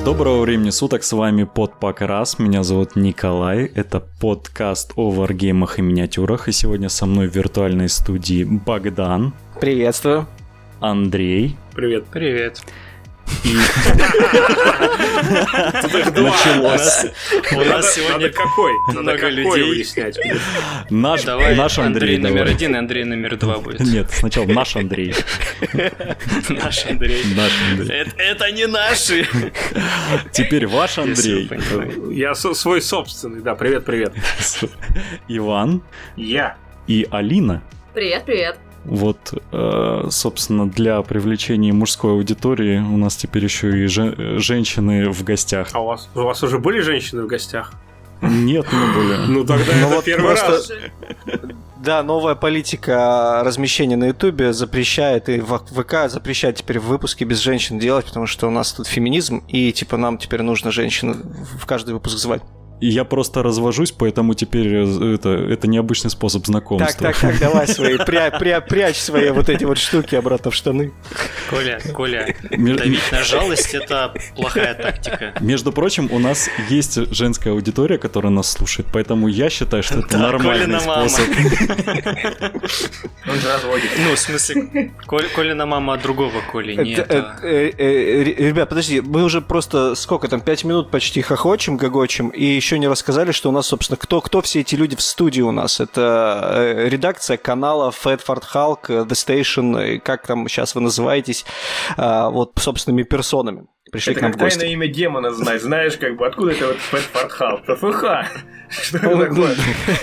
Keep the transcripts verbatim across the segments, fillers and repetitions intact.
Доброго времени суток, с вами Подпакрас, меня зовут Николай, это подкаст о варгеймах и миниатюрах, и сегодня со мной в виртуальной студии Богдан. Приветствую. Андрей. Привет. Привет. И... Началось. У нас сегодня какой? Много людей выяснять. Наш Андрей номер один и Андрей номер два будет. Нет, сначала наш Андрей. Наш Андрей. Это не наши. Теперь ваш Андрей. Я свой собственный, да. Привет, привет. Иван. Я. И Алина. Привет, привет. Вот, собственно, для привлечения мужской аудитории у нас теперь еще и же- женщины в гостях. А у вас, у вас уже были женщины в гостях? Нет, не были. Ну тогда ну, это вот первый просто... раз. Да, новая политика размещения на Ютубе запрещает, и ВК запрещает теперь выпуски без женщин делать, потому что у нас тут феминизм, и типа нам теперь нужно женщин в каждый выпуск звать. И я просто развожусь, поэтому теперь это, это необычный способ знакомства. Так, так, так, давай свои, пря, пря, прячь свои вот эти вот штуки обратно в штаны. Коля, Коля, давить на жалость – это плохая тактика. Между прочим, у нас есть женская аудитория, которая нас слушает, поэтому я считаю, что это да, нормальный способ. Он же разводит. Ну, в смысле, Колина мама другого Коли, не этого. Ребят, подожди, мы уже просто сколько там, пять минут почти хохочем, гогочем, и еще не рассказали, что у нас, собственно, кто, кто все эти люди в студии у нас. Это редакция канала Fedford Hulk, The Station, как там сейчас вы называетесь, вот собственными персонами. Пришли это к нам как в гости. Тайное имя демона знать, знаешь, как бы, откуда это вот Fedford Hulk? ПФХ! Что это такое?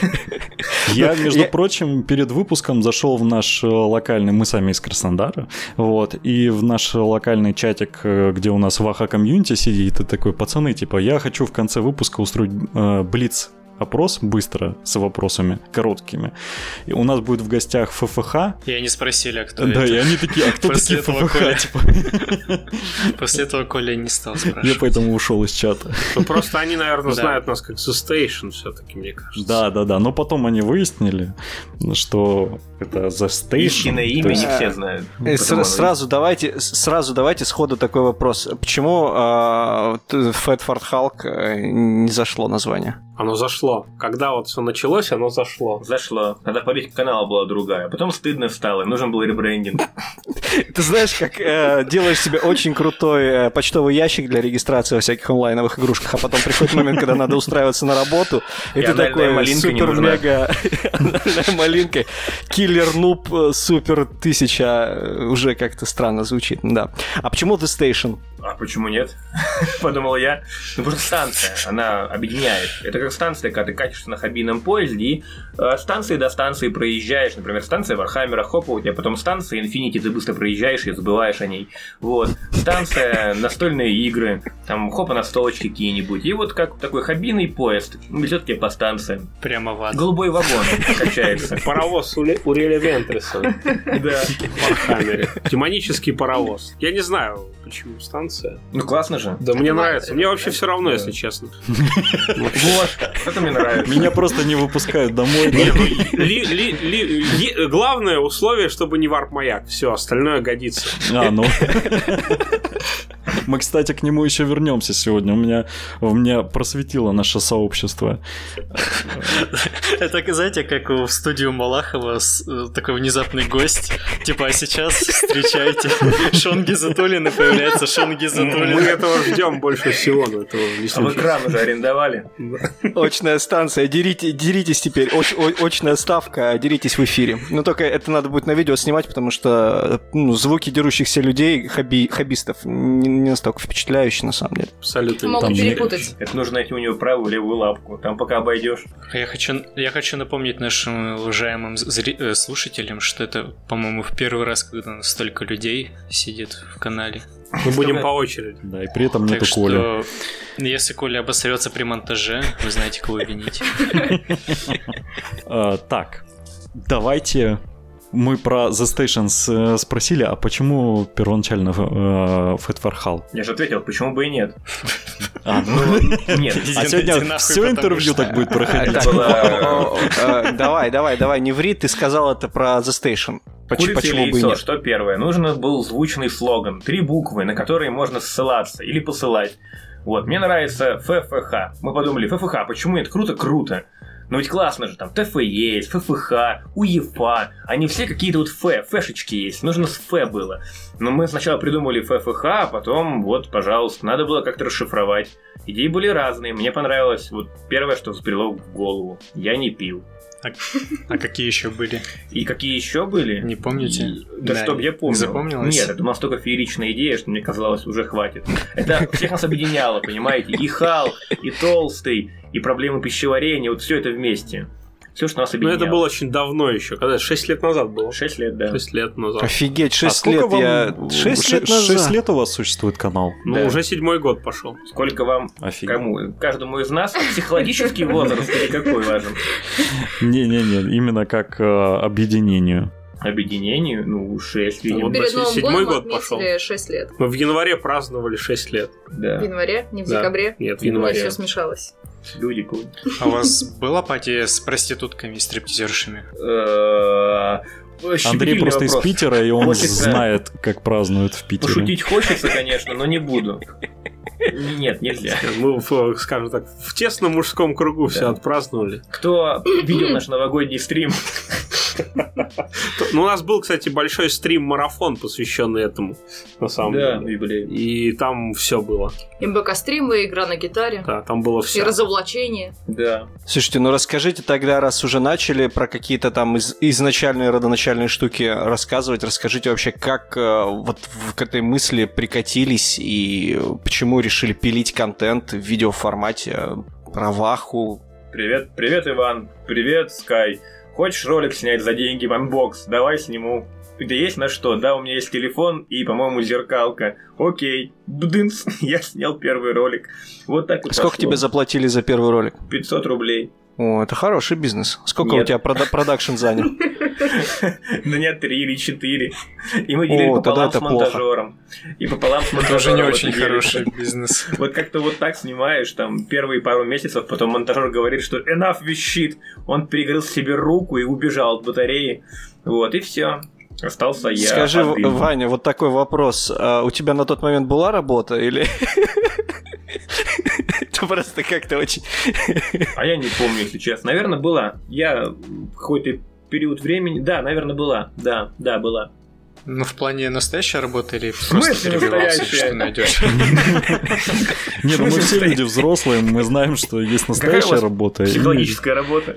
Я, между прочим, перед выпуском зашел в наш локальный, мы сами из Краснодара, вот, и в наш локальный чатик, где у нас Ваха комьюнити сидит, и такой, пацаны, типа, я хочу в конце выпуска устроить э, блиц опрос быстро с вопросами короткими. И у нас будет в гостях ФФХ. И они спросили, а кто да, это? Да, и они такие, а кто После такие этого ФФХ? Коля, типа. После этого Коля не стал спрашивать. Я поэтому ушел из чата. Ну, просто они, наверное, знают нас как The Station все-таки, мне кажется. Да, да, да. Но потом они выяснили, что это The Station. Истинное имя не все знают. Сразу давайте, сразу давайте сходу такой вопрос. Почему Fedford Hulk не зашло название? Оно зашло. Когда вот все началось, оно зашло. Зашло. Тогда политика канала была другая. Потом стыдно стало, нужен был ребрендинг. Ты знаешь, как э, делаешь себе очень крутой э, почтовый ящик для регистрации во всяких онлайновых игрушках, а потом приходит момент, когда надо устраиваться на работу, и, и ты такой супер-мега анальная малинка, киллер-нуб, супер тысяча, уже как-то странно звучит, да. А почему The Station? А почему нет? Подумал я. Ну, просто станция, она объединяет. Это как станция, когда ты катишься на хоббийном поезде и от станции до станции проезжаешь. Например, станция Вархаммера, хопа, у тебя потом станция Infinity, ты быстро проезжаешь и забываешь о ней. Вот. Станция настольные игры, там хопа настолочки какие-нибудь. И вот как такой хоббийный поезд везет тебя по станциям. Прямо в ад. Голубой вагон качается. Паровоз у Уриэля Вентреса. Да. В Вархаммере. Демонический паровоз. Я не знаю, почему станция. Ну классно же. Да мне нравится. Мне вообще все равно, если честно. Вот, это мне нравится. Меня просто не выпускают домой. Главное условие, чтобы не варп-маяк. Все, остальное годится. А, ну. Мы, кстати, к нему еще вернемся сегодня. У меня, у меня просветило наше сообщество. Это, знаете, как в студию Малахова такой внезапный гость. Типа, а сейчас встречайте Шон Гизатуллин, и появляется Шон Гизатуллин. Мы этого ждем больше всего, но этого не случилось. А вы экран уже арендовали? Очная станция, дерите, деритесь теперь. Оч, о, очная ставка, деритесь в эфире. Но только это надо будет на видео снимать, потому что ну, звуки дерущихся людей, хобби, хоббистов, не, не настолько впечатляющие на самом деле. Абсолютно. Могут Там перепутать. Это нужно найти у него правую левую лапку. Там пока обойдешь. Я хочу, я хочу напомнить нашим уважаемым зри- слушателям, что это, по-моему, в первый раз, когда столько людей сидит в канале. Мы будем по очереди. Да, и при этом нету так Коли. Что, если Коля обосрется при монтаже, вы знаете, кого винить. Так, давайте мы про The Station спросили, а почему первоначально Fedford Hulk? Я же ответил, почему бы и нет. А, ну, нет. А сегодня все интервью так будет проходить. Давай, давай, давай, не ври, ты сказал это про The Station. Курица Почему или бы и яйцо? нет? Что первое? Нужен был звучный слоган. Три буквы, на которые можно ссылаться или посылать. Вот, мне нравится ФФХ. Мы подумали, ФФХ, почему это круто? Круто. Но ведь классно же, там ТФ есть, ФФХ, УЕФА, они все какие-то вот Ф, фэшечки есть, нужно с Ф было. Но мы сначала придумали ФФХ, а потом вот, пожалуйста, надо было как-то расшифровать. Идеи были разные, мне понравилось, вот первое, что взбрело в голову, я не пил. А, а какие еще были? И какие еще были? Не помните? И, да, да, чтоб я помнил. Не запомнилось? Нет, это настолько фееричная идея, что мне казалось, уже хватит. Это всех нас объединяло, понимаете? И Халк, и Толстый, и проблемы пищеварения, вот все это вместе. Все, что нас объединяло. Ну, это было очень давно еще, когда шесть лет назад было. шесть лет, да. шесть лет назад. Офигеть, шесть а лет вам... я... шесть лет назад. шесть лет у вас существует канал? Ну, да. Уже седьмой год пошел. Сколько вам, Офигеть. Кому? Каждому из нас психологический возраст или какой важен? Не-не-не, именно как э, объединению. Объединению? Ну, шесть, видимо. Вот перед Новым седьмой годом год пошел. шесть лет. Мы в январе праздновали шесть лет. Да. В январе? Не в Да. декабре? Нет, в Я январе. все смешалось. Люди круто. А у вас была пати с проститутками и стриптизершами? Андрей просто из Питера, и он Хочется- знает, как празднуют в Питере. Пошутить хочется, конечно, но не буду. Нет, нельзя. Мы, в, скажем так, в тесном мужском кругу все отпраздновали. Кто видел наш новогодний стрим? Ну, у нас был, кстати, большой стрим-марафон, посвященный этому, на самом Да, деле. юбилей. И там все было. МБК-стримы, игра на гитаре. Да, там было И все. разоблачение. Да. Слушайте, ну расскажите тогда, раз уже начали про какие-то там из- изначальные родоначальные штуки рассказывать, расскажите вообще, как э, вот в- к этой мысли прикатились и почему решили пилить контент в видеоформате, э, про Ваху. Привет, привет, Иван. Привет, Скай. Хочешь ролик снять за деньги в анбокс? Давай сниму. Да есть на что? Да, у меня есть телефон и, по-моему, зеркалка. Окей. Бдынс. Я снял первый ролик. Вот так и Сколько пошло. тебе заплатили за первый ролик? пятьсот рублей. О, это хороший бизнес. Сколько Нет. у тебя прода- продакшн занял? Дня три или четыре. И мы делили О, тогда пополам это с монтажером. И пополам с монтажером. Тоже не это очень делится. хороший бизнес. Вот как-то вот так снимаешь, там, первые пару месяцев, потом монтажер говорит, что enough with shit. Он перегрыз себе руку и убежал от батареи. Вот, и все. Остался я. Скажи, один. Ваня, вот такой вопрос. А у тебя на тот момент была работа или... Это просто как-то очень... А я не помню, если честно. Наверное, была. Я в какой-то период времени... Да, наверное, была. Да, да, была. Ну, в плане настоящей работы или смысле просто перебивался, настоящая? что найдешь? Нет, ну мы все люди взрослые, мы знаем, что есть Какая у настоящая вас работа. и- Психологическая работа.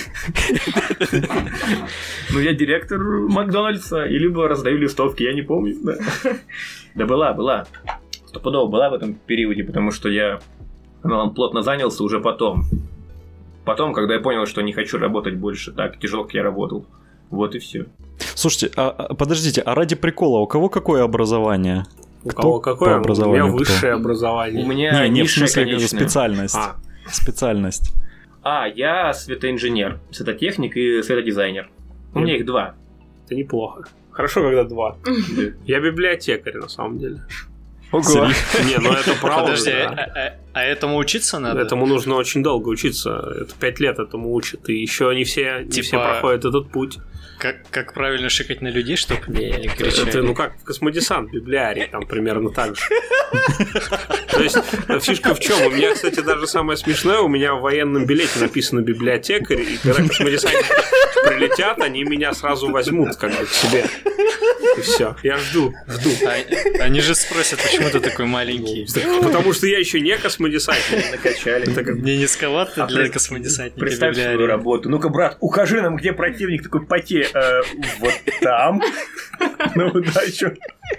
Ну, я директор Макдональдса, и либо раздаю листовки, я не помню. Да, да была, была. Стопудово была в этом периоде, потому что я каналом плотно занялся уже потом. Потом, когда я понял, что не хочу работать больше так тяжело, как я работал. Вот и все. Слушайте, а, а, подождите, а ради прикола, у кого какое образование? У Кто кого какое? по образованию У меня кто? высшее У образование. меня Не, не в низшее, смысле конечно. специальность. А, Специальность. А, я светоинженер, светотехник и светодизайнер. У меня их два. это неплохо. Хорошо, когда два. Я библиотекарь, на самом деле. Ого. Не, ну это правда. Подожди, да. а, а- а этому учиться надо? Этому нужно очень долго учиться. Это пять лет этому учат. И еще не все, не Типа- все проходят этот путь. Как, как правильно шикать на людей, чтобы не кричали? Это, ну как в космодесант, библиарий, там примерно так же. То есть фишка в чем? У меня, кстати, даже самое смешное, у меня в военном билете написано библиотекарь, и когда космодесантники прилетят, они меня сразу возьмут как бы к себе. И все. Я жду, жду. А- они же спросят, почему ты такой маленький? Потому что я еще не космодесантник. Накачали. Это как Мне нисковато А для пред- космодесантника. Представь свою библиария. работу. Ну-ка, брат, укажи нам, где противник такой поте. Э, вот там. На удачу.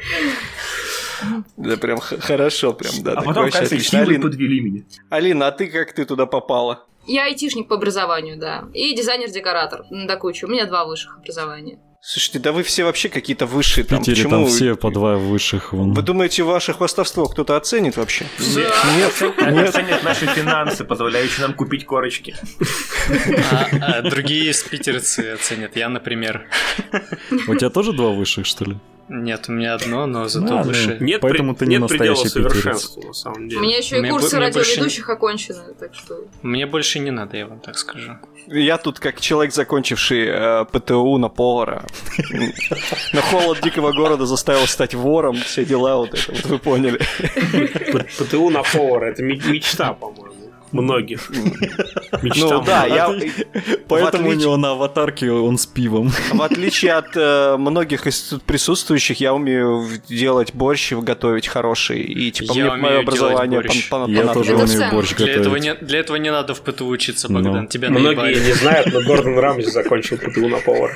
Да, прям х- хорошо, прям, да. А так потом, вообще кажется, отлично. силой Алин- подвели меня. Алина, а ты как ты туда попала? Я айтишник по образованию, да. И дизайнер-декоратор на кучу. У меня два высших образования. Слушайте, да вы все вообще какие-то высшие В там. Питере Почему там вы- все по два высших. вон. Вы думаете, ваше хвастовство кто-то оценит вообще? Нет, нет. Оценят наши финансы, позволяющие нам купить корочки. А, а другие питерцы оценят. Я, например. У тебя тоже два высших, что ли? Нет, у меня одно, но зато Ну, выше. Нет, Поэтому при- ты не нет предела настоящий питерец. совершенству, на самом деле. У меня еще и Мне курсы бо- мне больше- радиоведущих окончены, так что... Мне больше не надо, я вам так скажу. Я тут как человек, закончивший э, ПТУ на повара. На холод дикого города заставил стать вором, все дела вот это, вот вы поняли. П- ПТУ на повара — это ме- мечта, по-моему, многих. Мечта Ну да, я... Поэтому в у отличие- него на аватарке он с пивом. В отличие от э, многих из тут присутствующих, я умею делать борщ, готовить хороший. И типа Я мне умею мое делать образование борщ. пон- пон- Я тоже Это умею ценно. борщ Для этого, готовить. не, для этого не надо в ПТУ учиться, Ну. Богдан. Тебя Многие наебали. не знают, но Гордон Рамзи закончил ПТУ на повара.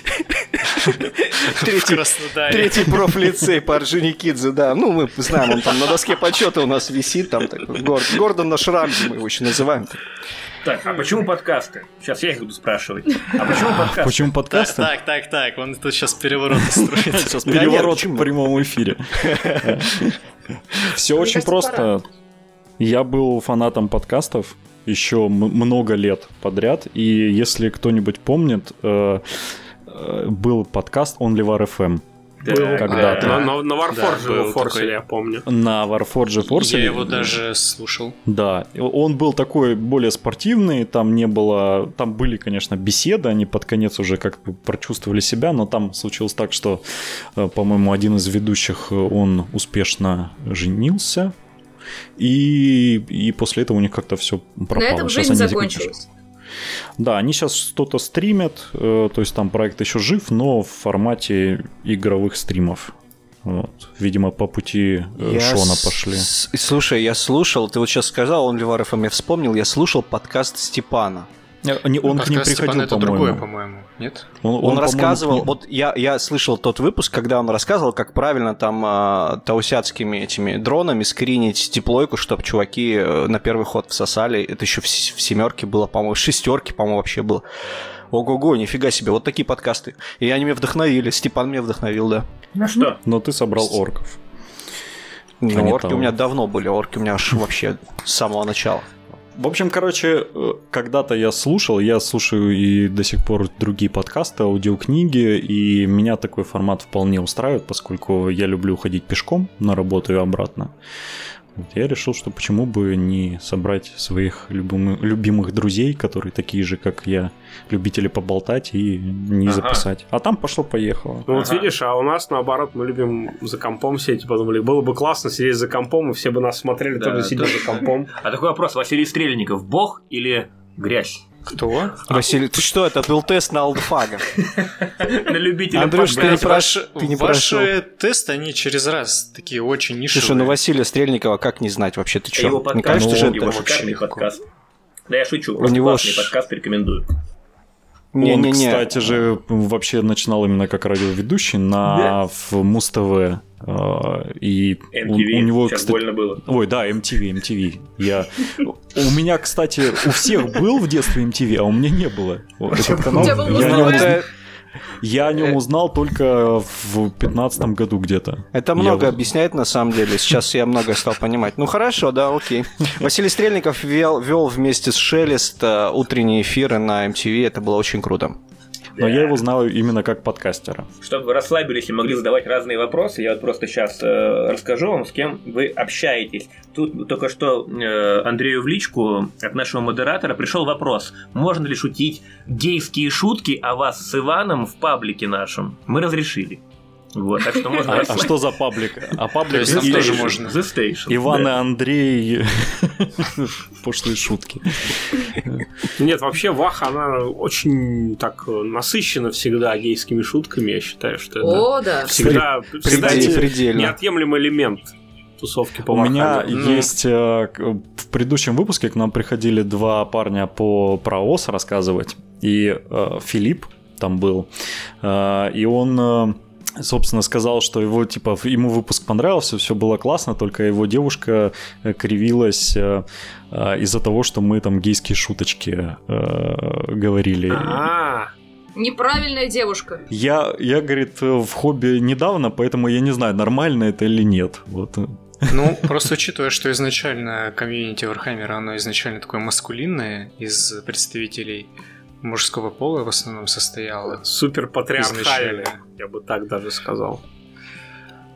В Третий, Краснодаре. третий профлицей по Орджоникидзе, да. Ну, мы знаем, он там на доске почета у нас висит, там такой Гор- Гордон наш Рамзи, мы его еще называем. Так, а почему подкасты? Сейчас я их буду спрашивать. А почему подкасты? Почему Так, подкасты? так, так, так, он тут сейчас переворот устроит. Сейчас Переворот в прямом эфире. Все Мне очень кажется, просто. Я был фанатом подкастов еще м- много лет подряд, и если кто-нибудь помнит, э, э, был подкаст OnlyWar эф эм Да, когда-то. На, на, на Warforged Да, его был форсили, такой. я помню. на Warforged Force. Я его даже слушал. Да, он был такой более спортивный, там не было, там были, конечно, беседы, они под конец уже как бы прочувствовали себя, но там случилось так, что, э, по-моему, один из ведущих, э, он успешно женился, и, и после этого у них как-то все пропало. На этом Сейчас жизнь они закончилась. Да, они сейчас что-то стримят, э, то есть там проект еще жив, но в формате игровых стримов. Вот. Видимо, по пути э, Я Шона с- пошли. с- Слушай, я слушал, ты вот сейчас сказал, OnlyWar эф эм, я вспомнил, я слушал подкаст Степана. Э, не, Он к ним Подкаст Степана приходил, это другое, по-моему. по-моему. Нет? Он, по-моему, рассказывал, к ним- вот я, я слышал тот выпуск, когда он рассказывал, как правильно там э, таусятскими этими дронами скринить диплойку, чтобы чуваки э, на первый ход всосали. Это еще в, с- в семерке было, по-моему, в шестерке, по-моему, вообще было. Ого-го, нифига себе, вот такие подкасты. И они меня вдохновили, Степан меня вдохновил, да. На что? Но ты собрал орков. Ну, Они орки там. у меня давно были, орки у меня аж вообще с самого начала. В общем, короче, э, когда-то я слушал, я слушаю и до сих пор другие подкасты, аудиокниги, и меня такой формат вполне устраивает, поскольку я люблю ходить пешком на работу и обратно. Вот я решил, что почему бы не собрать своих любимых, любимых друзей, которые такие же, как я, любители поболтать и не Ага. записать. А там пошло-поехало. Ну вот Ага. видишь, а у нас наоборот, мы любим за компом сидеть, подумали, было бы классно сидеть за компом, и все бы нас смотрели, Да, тоже сидя тоже. за компом. А такой вопрос, Василий Стрельников, бог или грязь? Кто? Василий, ты что, это был тест на олдфага. На любителя Андрюш, ты не подкаста. прош- ты не прошел. Ваши тесты, они через раз такие очень нишевые. Слушай, ну Василия Стрельникова как не знать вообще, ты Это его что? подкаст, Не кажется, Ну, же его это... шикарный легко. подкаст. Да я шучу, У просто него классный ж- подкаст, рекомендую. Он, Не-не-не. кстати же, вообще начинал именно как радиоведущий на в Муз-ТВ. э, И эм у, ти ви, у него, сейчас кстати, больно было. Ой, да, эм ти ви, эм ти ви. Я... У меня, кстати, у всех был в детстве эм ти ви, а у меня не было. Вот этот канал, У тебя был я, о нем Муз-ТВ? узна- я о нем узнал только в пятнадцатом году где-то. Это Я много вот- объясняет на самом деле. Сейчас я много стал понимать. Ну хорошо, да, окей. Василий Стрельников вел, вел вместе с Шелест э, утренние эфиры на эм ти ви. Это было очень круто. Но я его знаю именно как подкастера. Чтобы вы расслабились и могли задавать разные вопросы, я вот просто сейчас э, расскажу вам, с кем вы общаетесь. Тут только что э, Андрею в личку от нашего модератора пришел вопрос, можно ли шутить гейские шутки о вас с Иваном в паблике нашем. Мы разрешили. Вот, так что можно А, а расслабиться. что за паблик? А паблик есть нам и- тоже можно. The Station. Иван и да. Андрей пошлые шутки. Нет, вообще Ваха, она очень так насыщена всегда гейскими шутками, я считаю, что это О, да. всегда, всегда Предель- не- предельно. неотъемлемый элемент тусовки по У меня Вархаммеру. Ну. есть э, к- в предыдущем выпуске к нам приходили два парня по про ОС рассказывать, и э, Филипп там был, э, и он, э, собственно, сказал, что его типа в- ему выпуск понравился, все было классно, только его девушка э, кривилась э, э, из-за того, что мы там гейские шуточки э, говорили. А, Неправильная девушка. Я, я, говорит, в хобби недавно, поэтому я не знаю, нормально это или нет. Вот. Ну, просто учитывая, что изначально комьюнити Вархаммера, оно изначально такое маскулинное, из представителей мужского пола в основном состояло. супер патриархальный, Изначально. я бы так даже сказал.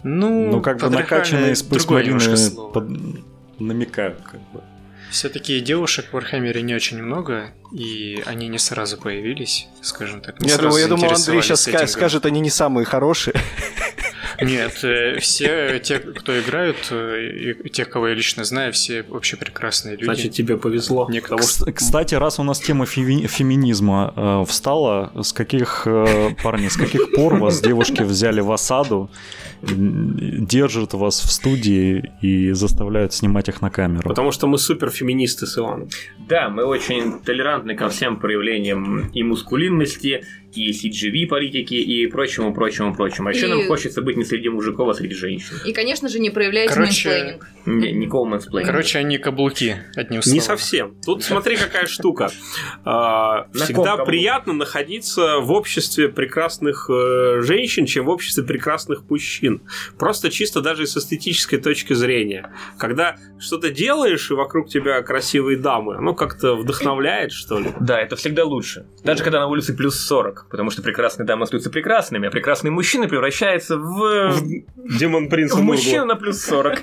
Ну, ну как бы накачанные Space Marine под... намекают, как бы. Все-таки девушек в Warhammer не очень много, и они не сразу появились, скажем так. Я думаю, я думаю, Андрей сейчас сеттингом. Скажет, они не самые хорошие. Нет, все те, кто играют, и тех, кого я лично знаю, все вообще прекрасные люди. Значит, тебе повезло. Мне кажется... Кстати, раз у нас тема феми... феминизма э, встала, с каких, э, парни, с каких пор вас девушки взяли в осаду, держат вас в студии и заставляют снимать их на камеру? Потому что мы суперфеминисты с Иваном. Да, мы очень толерантны ко всем проявлениям и мускулинности, и си джи ви-политики, и прочему, прочему, прочему. А еще и... нам хочется быть не среди мужиков, а среди женщин. И, конечно же, не проявляйте Короче... мэнсплейнинг. Не, никакого мэнсплейнинга. Короче, они каблуки, одним словом. Не совсем. Тут смотри, какая штука. Всегда приятно находиться в обществе прекрасных женщин, чем в обществе прекрасных мужчин. Просто чисто даже с эстетической точки зрения. Когда что-то делаешь, и вокруг тебя красивые дамы, оно как-то вдохновляет, что ли? Да, это всегда лучше. Даже когда на улице плюс сорок. Потому что прекрасные дамы остаются прекрасными, а прекрасные мужчины превращаются в... в... Демон Принца в мужчину на плюс сорок.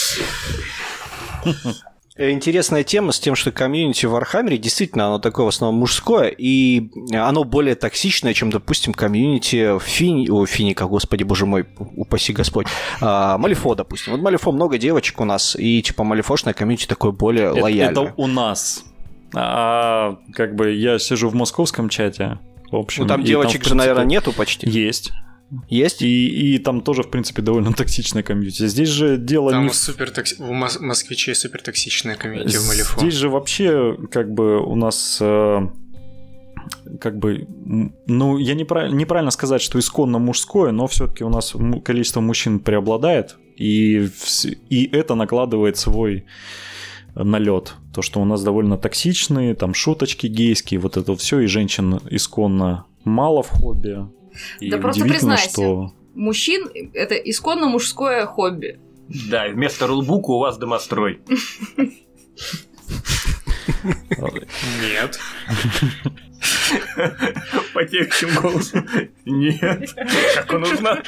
Интересная тема с тем, что комьюнити в Warhammer действительно оно такое в основном мужское, и оно более токсичное, чем, допустим, комьюнити в Фини... О, Финика, господи, боже мой, упаси Господь. А, Малифо, допустим. Вот Малифо много девочек у нас, и типа Малифошное комьюнити такое более это, лояльное. Это у нас. А как бы я сижу в московском чате. В общем, ну там девочек там, же, принципе, наверное, нету почти. Есть. Есть? И, и там тоже, в принципе, довольно токсичная комьюнити. Здесь же дело там не... Супер токси... в Мос... москвичей супер токсичная комьюнити в Малифо. Здесь же вообще, как бы, у нас... Э, как бы... Ну, я неправ... неправильно сказать, что исконно мужское, но все-таки у нас количество мужчин преобладает, и, и это накладывает свой налет. То, что у нас довольно токсичные, там шуточки гейские, вот это все, и женщин исконно мало в хобби. И да просто признайся, что... мужчин — это исконно мужское хобби. Да, и вместо рулбука у вас домострой. Нет. Потекшим голосом. Нет. Как он узнал?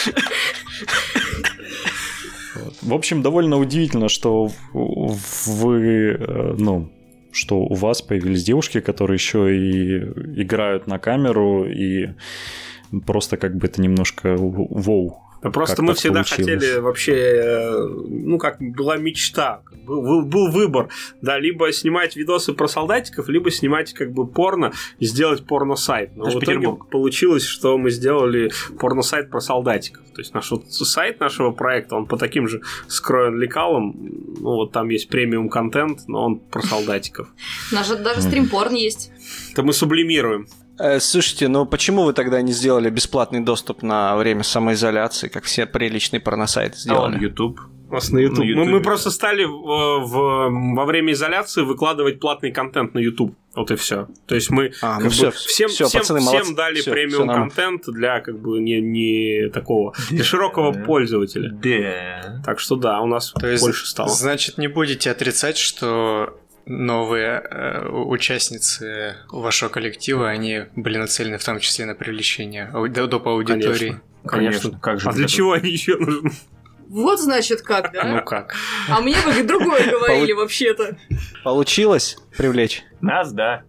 В общем, довольно удивительно, что вы, ну, что у вас появились девушки, которые еще и играют на камеру, и просто как бы это немножко воу. Да просто мы всегда получилось. Хотели вообще, ну как, была мечта, был, был выбор, да, либо снимать видосы про солдатиков, либо снимать как бы порно и сделать порно-сайт. Но Наш в итоге Петербург. Получилось, что мы сделали порно-сайт про солдатиков. То есть наш вот сайт нашего проекта, он по таким же скроен лекалам, ну вот там есть премиум-контент, но он про солдатиков. Даже, даже стрим-порн есть. Это мы сублимируем. Слушайте, ну почему вы тогда не сделали бесплатный доступ на время самоизоляции, как все приличные порносайты сделали? А он YouTube. У нас на YouTube. На YouTube. Мы, мы просто стали в, в, во время изоляции выкладывать платный контент на YouTube. Вот и все. То есть мы а, как ну бы, все, всем, все, всем, пацаны, всем дали премиум контент для как бы не, не такого да, для широкого да, пользователя. Да. Так что да, у нас То есть, больше стало. Значит, не будете отрицать, что новые э, участницы вашего коллектива, они были нацелены в том числе на привлечение ау- доп. Аудитории. Конечно, конечно. Как же а для чего они еще нужны? Вот значит как, да? Ну как? А мне вы другое говорили вообще-то. Получилось привлечь? Нас, да.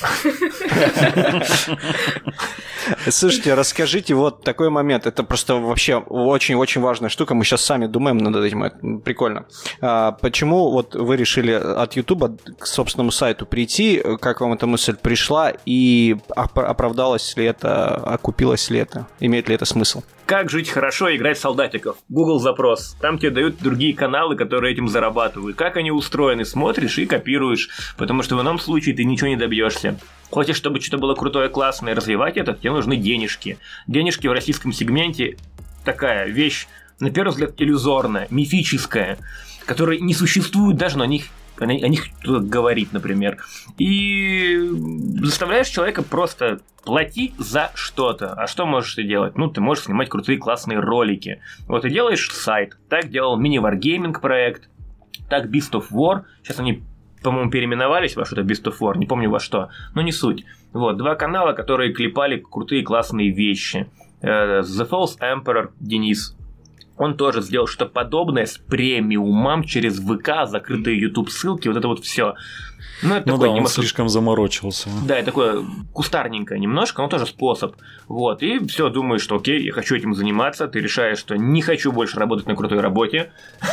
Слушайте, расскажите вот такой момент. Это просто вообще очень-очень важная штука. Мы сейчас сами думаем над этим. Это прикольно. А почему вот вы решили от Ютуба к собственному сайту прийти? Как вам эта мысль пришла? И оправдалось ли это? Окупилось ли это? Имеет ли это смысл? Как жить хорошо и играть в солдатиков? Google запрос. Там тебе дают другие каналы, которые этим зарабатывают. Как они устроены? Смотришь и копируешь. Потому что в ином случае ты ничего не добьешься. Хочешь, чтобы что-то было крутое, классное, развивать это, тебе нужны денежки. Денежки в российском сегменте такая вещь, на первый взгляд, иллюзорная, мифическая, которая не существует даже, но о них, о них кто-то говорит, например. И заставляешь человека просто плати за что-то. А что можешь ты делать? Ну, ты можешь снимать крутые, классные ролики. Вот и делаешь сайт. Так делал мини-варгейминг проект. Так Beast of War. Сейчас они, по-моему, переименовались во что-то Beast of War, не помню во что, но не суть. Вот, два канала, которые клепали крутые классные вещи. The False Emperor Денис, он тоже сделал что-то подобное с премиумом через ВК, закрытые YouTube-ссылки, вот это вот все. Ну, это ну такой да, он немного... слишком заморочился. Да, это такое кустарненькое немножко, но тоже способ. Вот, и все, думаешь, что окей, я хочу этим заниматься, ты решаешь, что не хочу больше работать на крутой работе,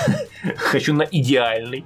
хочу на идеальной,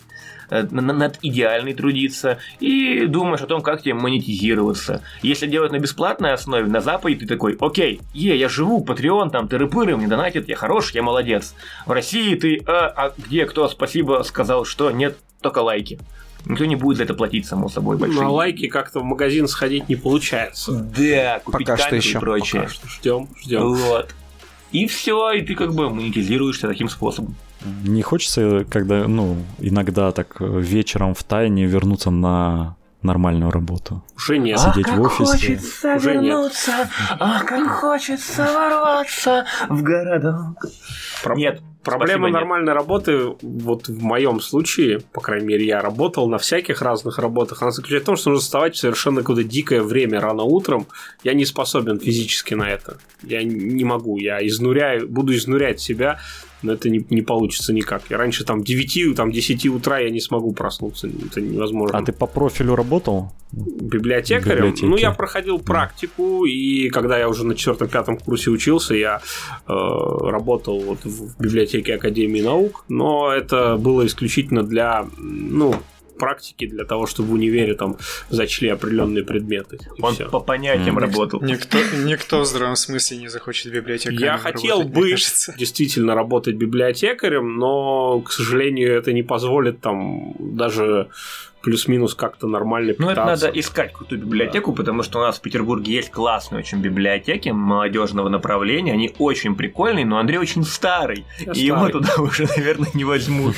над идеальной трудиться, и думаешь о том, как тебе монетизироваться. Если делать на бесплатной основе, на Западе, ты такой, окей, е, я живу, Patreon, там, тыры-пыры, мне донатят, я хорош, я молодец. В России ты, а, а где, кто, спасибо, сказал, что нет, только лайки. Никто не будет за это платить, само собой, большие. На лайки как-то в магазин сходить не получается. Да, купить Пока что камеру еще. и прочее. Пока что ждем, ждем. Вот. И все, и ты как бы монетизируешься таким способом. Не хочется, когда, ну, иногда так вечером в тайне вернуться на нормальную работу? Уже нет. Сидеть а в офисе. Хочется Уже вернуться, нет. А как хочется ворваться в городок. Про... Нет. Проблема Спасибо, нормальной нет. работы, вот в моем случае, по крайней мере, я работал на всяких разных работах, она заключается в том, что нужно вставать в совершенно какое-то дикое время рано утром. Я не способен физически на это. Я не могу. Я изнуряю, буду изнурять себя, но это не, не получится никак. Я раньше там девяти, там десяти утра я не смогу проснуться. Это невозможно. А ты по профилю работал? Библиотекарем? Библиотеки. Ну, я проходил практику, и когда я уже на четвертом-пятом курсе учился, я э, работал вот в библиотеке Академии наук, но это было исключительно для, ну, практики, для того, чтобы в универе там зачли определенные предметы. Он всё. по понятиям mm. работал. Никто, никто в здравом смысле не захочет библиотекарем Я работать, хотел бы кажется. действительно работать библиотекарем, но, к сожалению, это не позволит там даже плюс-минус как-то нормально питаться. Ну, это надо искать крутую библиотеку, да. Потому что у нас в Петербурге есть классные очень библиотеки молодежного направления, они очень прикольные, но Андрей очень старый, Я и старый. его туда уже, наверное, не возьмут.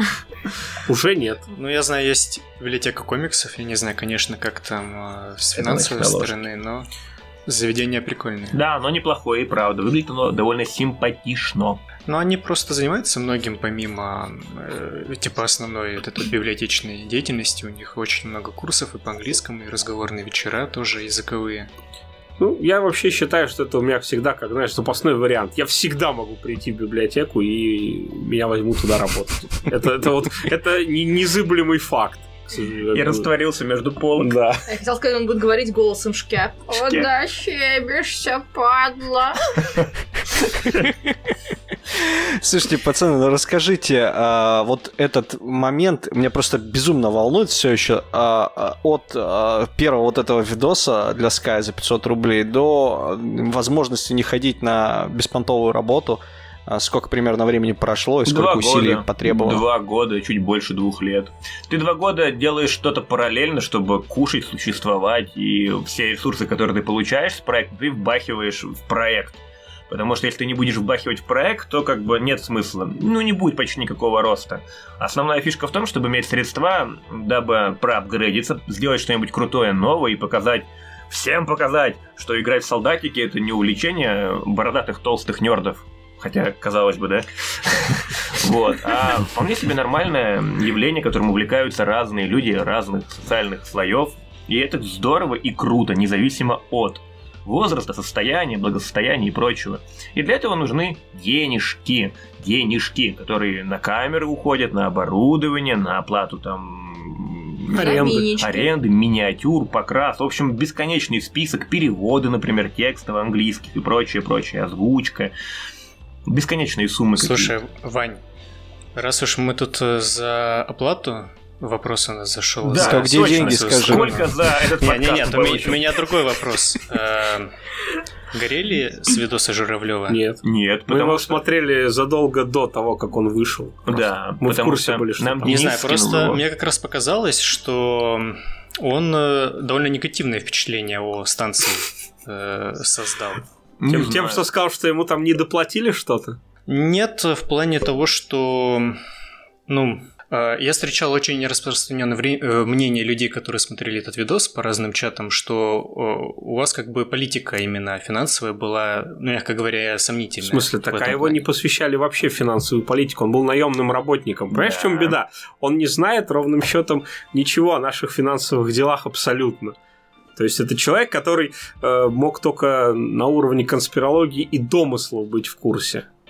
Уже нет. Ну, я знаю, есть библиотека комиксов, я не знаю, конечно, как там с финансовой стороны, но заведение прикольное. Да, оно неплохое, и правда, выглядит оно довольно симпатично. Но они просто занимаются многим помимо э, типа основной вот этой библиотечной деятельности. У них очень много курсов и по английскому, и разговорные вечера тоже языковые. Ну, я вообще считаю, что это у меня всегда, как, знаешь, запасной вариант. Я всегда могу прийти в библиотеку, и меня возьмут туда работать. Это, это вот, это незыблемый факт. Я растворился между полок. Да. Я хотел сказать, он будет говорить голосом Шкяп. Куда щебишься, падла? Слушайте, пацаны, ну расскажите, а, вот этот момент меня просто безумно волнует все еще а, от а, первого вот этого видоса для Sky за пятьсот рублей до возможности не ходить на беспонтовую работу. А сколько примерно времени прошло и сколько два усилий года, потребовало? Два года, чуть больше двух лет. Ты два года делаешь что-то параллельно, чтобы кушать, существовать, и все ресурсы, которые ты получаешь с проекта, ты вбахиваешь в проект. Потому что если ты не будешь вбахивать в проект, то как бы нет смысла. Ну, не будет почти никакого роста. Основная фишка в том, чтобы иметь средства, дабы проапгрейдиться, сделать что-нибудь крутое, новое и показать, всем показать, что играть в солдатики — это не увлечение бородатых толстых нердов. Хотя, казалось бы, да? Вот. А вполне себе нормальное явление, которым увлекаются разные люди разных социальных слоев. И это здорово и круто, независимо от возраста, состояния, благосостояния и прочего. И для этого нужны денежки. Денежки, которые на камеры уходят, на оборудование, на оплату там... Аренды. Аренды, миниатюр, покрас. В общем, бесконечный список, переводы, например, текстов английских и прочее, прочее, озвучка. Бесконечные суммы. Слушай, какие-то. Вань, раз уж мы тут за оплату, вопрос у нас зашел. Да, за... Где деньги, скажи? Сколько за этот подкаст? Нет, нет, нет, у меня другой вопрос. Горели с видоса Журавлева? Нет. Нет, Мы его смотрели задолго до того, как он вышел. Да, мы в курсе были, что нам не знаю, просто мне как раз показалось, что он довольно негативное впечатление о станции создал. Тем, тем, что сказал, что ему там не доплатили что-то? Нет, в плане того, что, ну, я встречал очень распространенное мнение людей, которые смотрели этот видос по разным чатам, что у вас как бы политика именно финансовая была, ну, мягко говоря, сомнительная. В смысле, так, а его не посвящали вообще в финансовую политику, он был наемным работником. Понимаешь, да. В чем беда? Он не знает ровным счетом ничего о наших финансовых делах абсолютно. То есть это человек, который э, мог только на уровне конспирологии и домыслов быть в курсе.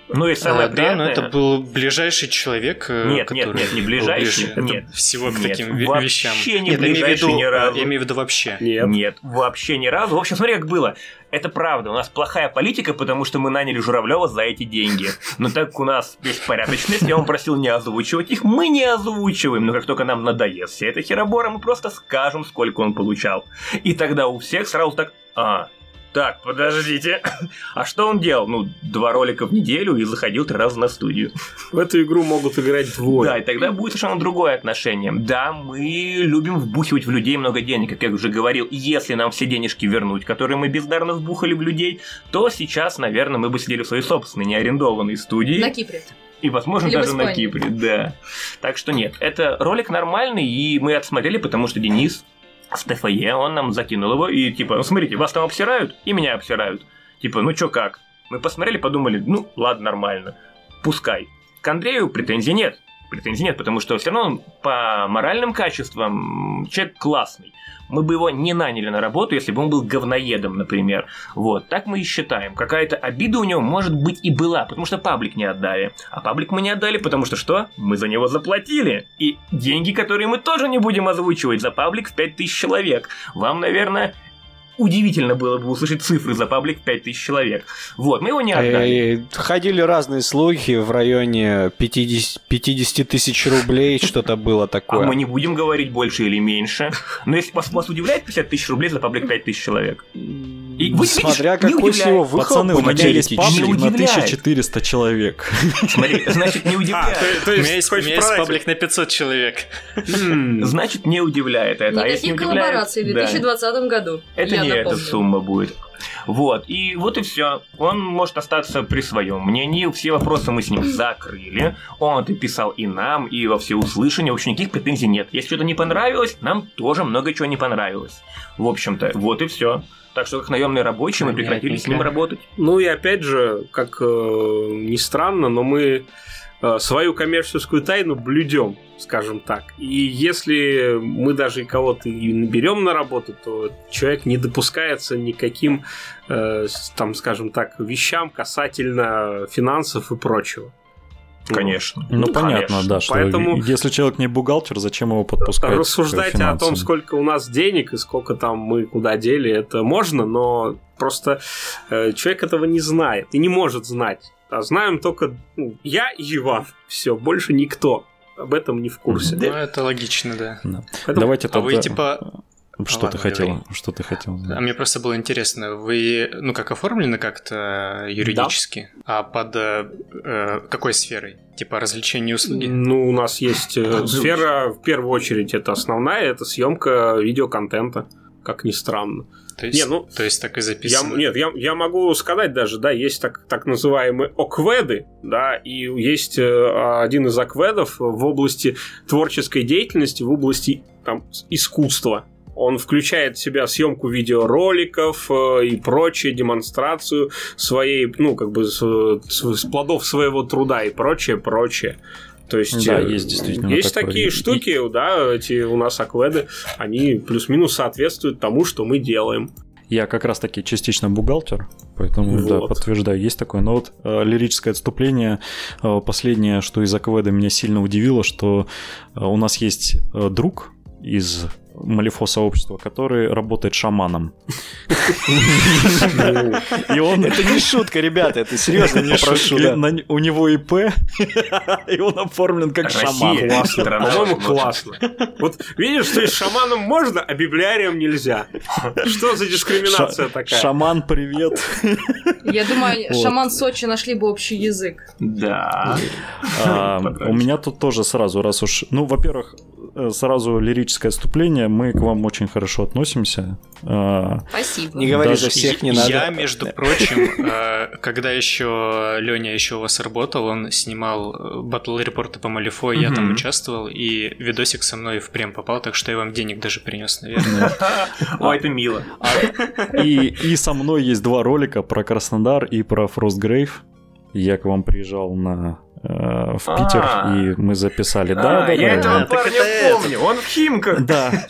Ну и самое а, приятное... Да, но это был ближайший человек, Нет, который нет, нет, не ближайший, ближе нет. Всего к Нет, таким вообще вещам. не нет, ближайший я имею в виду, ни разу. Я имею в виду вообще. Нет. Нет, вообще ни разу. В общем, смотри, как было. Это правда, у нас плохая политика, потому что мы наняли Журавлева за эти деньги. Но так как у нас есть порядочность, я вам просил не озвучивать их, мы не озвучиваем. Но как только нам надоест вся эта херобора, мы просто скажем, сколько он получал. И тогда у всех сразу так... А, так, подождите. А что он делал? Ну, два ролика в неделю и заходил три раза на студию. В эту игру могут играть двое. Да, и тогда будет совершенно другое отношение. Да, мы любим вбухивать в людей много денег, как я уже говорил. Если нам все денежки вернуть, которые мы бездарно вбухали в людей, то сейчас, наверное, мы бы сидели в своей собственной неарендованной студии. На Кипре. И, возможно, Или даже на Кипре, да. Так что нет, это ролик нормальный, и мы отсмотрели, потому что Денис... с ТФЕ, он нам закинул его, и типа, ну смотрите, вас там обсирают, и меня обсирают. Типа, ну чё как? Мы посмотрели, подумали, ну ладно, нормально, пускай. К Андрею претензий нет. Претензий нет, потому что все равно он по моральным качествам человек классный. Мы бы его не наняли на работу, если бы он был говноедом, например. Вот, так мы и считаем. Какая-то обида у него, может быть, и была, потому что паблик не отдали. А паблик мы не отдали, потому что что? Мы за него заплатили. И деньги, которые мы тоже не будем озвучивать за паблик в пять тысяч человек. Вам, наверное... удивительно было бы услышать цифры за паблик в пять тысяч человек. Вот, мы его не отдали. Ходили разные слухи в районе пятьдесят тысяч рублей, что-то было такое. А мы не будем говорить больше или меньше. Но если вас, вас удивляет пятьдесят тысяч рублей за паблик пять тысяч человек? И вы, Смотря видишь, какой с него выхлоп. Пацаны, у меня есть паблик на тысяча четыреста человек. Смотри, значит, не удивляет. А, то, то есть, у меня есть, у меня есть паблик на пятьсот человек. Значит, не удивляет это. Никаких а если не удивляет, коллабораций в две тысячи двадцатом году. Это я не напомню. эта сумма будет. Вот, и вот и все. Он может остаться при своем мнении. Все вопросы мы с ним закрыли. Он это писал и нам, и во всеуслышание. В общем, никаких претензий нет. Если что-то не понравилось, нам тоже много чего не понравилось. В общем-то, вот и все. Так что, как наемные рабочие, мы прекратили с ним работать. Ну и опять же, как э, ни странно, но мы э, свою коммерческую тайну блюдем, скажем так. И если мы даже кого-то и наберем на работу, то человек не допускается никаким, э, там, скажем так, вещам касательно финансов и прочего. Конечно. Ну, ну понятно, конечно. да, что Поэтому если человек не бухгалтер, зачем его подпускать? Рассуждать о том, сколько у нас денег и сколько там мы куда дели, это можно, но просто э, человек этого не знает и не может знать. А знаем только ну, я и Иван. Все, больше никто об этом не в курсе. Ну, это логично, да. да. Поэтому... Давайте а вы, типа... Что а, ты ладно, хотел? говори. Что ты хотел? Да. А мне просто было интересно, вы, ну, как оформлены как-то юридически, да. а под э, какой сферой? Типа развлечения и услуги? Ну, у нас есть э, сфера, в первую очередь, это основная, это съемка видеоконтента, как ни странно. То есть, не, ну, то есть так и записано? Я, нет, я, я могу сказать даже, да, есть так, так называемые окведы, да, и есть э, один из окведов в области творческой деятельности, в области там, искусства. Он включает в себя съемку видеороликов э, и прочее, демонстрацию своей, ну, как бы, с, с плодов своего труда и прочее, прочее. То есть, да, есть действительно есть такое. такие штуки, и... да, эти у нас акведы, они плюс-минус соответствуют тому, что мы делаем. Я как раз-таки частично бухгалтер, поэтому, вот. да, подтверждаю, есть такое. Но вот э, лирическое отступление, э, последнее, что из акведа меня сильно удивило, что э, у нас есть э, друг из Малифо-сообщества, который работает шаманом. И он... Это не шутка, ребята, это серьезно, не прошу. У него ИП, и он оформлен как шаман. Классно, по-моему, классно. Вот видишь, что с шаманом можно, а библиарием нельзя. Что за дискриминация такая? Шаман, привет. Я думаю, шаман Сочи нашли бы общий язык. Да. У меня тут тоже сразу, раз уж... Ну, во-первых, сразу лирическое отступление. Мы к вам очень хорошо относимся. Спасибо. Не говори за всех, не надо. Я, между прочим, когда еще Леня еще у вас работал, он снимал батл-репорты по Малифо, я там участвовал, и видосик со мной в прем попал, так что я вам денег даже принес, наверное. Ой, это мило. И со мной есть два ролика про Краснодар и про Frostgrave. Я к вам приезжал на в Питер, А-а-а. и мы записали. Да, А, да, я да, этого да. парня помню, он в Химках. Да.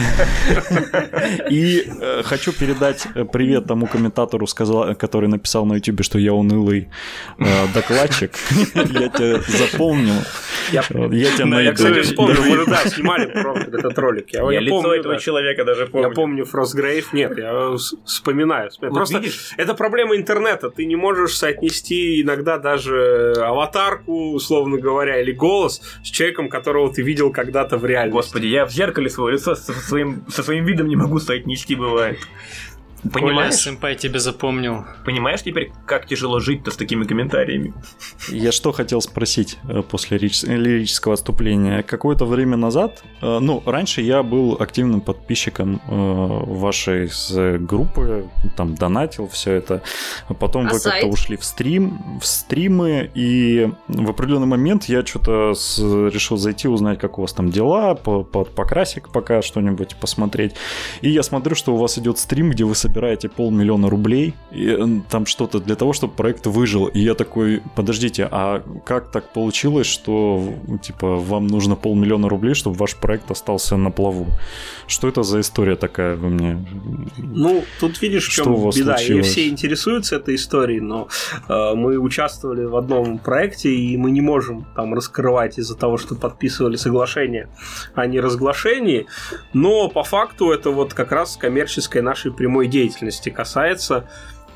И э, хочу передать привет тому комментатору, сказал, который написал на Ютубе, что я унылый э, докладчик. Я тебя запомнил. Я, я тебя найду. Я, кстати, вспомнил, мы же, да, снимали этот ролик. Я, Я, я лицо помню, этого да. человека даже помню. Я помню Frostgrave. Нет, я вспоминаю. Вот Просто видишь? это проблема интернета. Ты не можешь соотнести иногда даже аватарку, условно говоря, или голос с человеком, которого ты видел когда-то в реальности. Господи, я в зеркале свое лицо со своим, со своим видом не могу соотнести, бывает. Коля, Понимаешь? сэмпай тебя запомнил. Понимаешь теперь, как тяжело жить-то с такими комментариями? Я что хотел спросить э, после лирич- лирического отступления. Какое-то время назад, э, ну, раньше я был активным подписчиком э, вашей с группы, там, донатил все это. Потом А вы сайт? как-то ушли в стрим, в стримы, и в определенный момент я что-то с- решил зайти, узнать, как у вас там дела, по- по- покрасик пока что-нибудь посмотреть. И я смотрю, что у вас идет стрим, где вы собираете полмиллиона рублей, и э, там что-то для того, чтобы проект выжил. И я такой, подождите, а как так получилось, что типа вам нужно полмиллиона рублей, чтобы ваш проект остался на плаву? Что это за история такая, вы мне... Ну, тут видишь, в Что чем у вас беда. И случилось? все интересуются этой историей, но э, мы участвовали в одном проекте, и мы не можем там раскрывать из-за того, что подписывали соглашение о неразглашении. Но по факту это вот как раз коммерческой нашей прямой деятельности касается,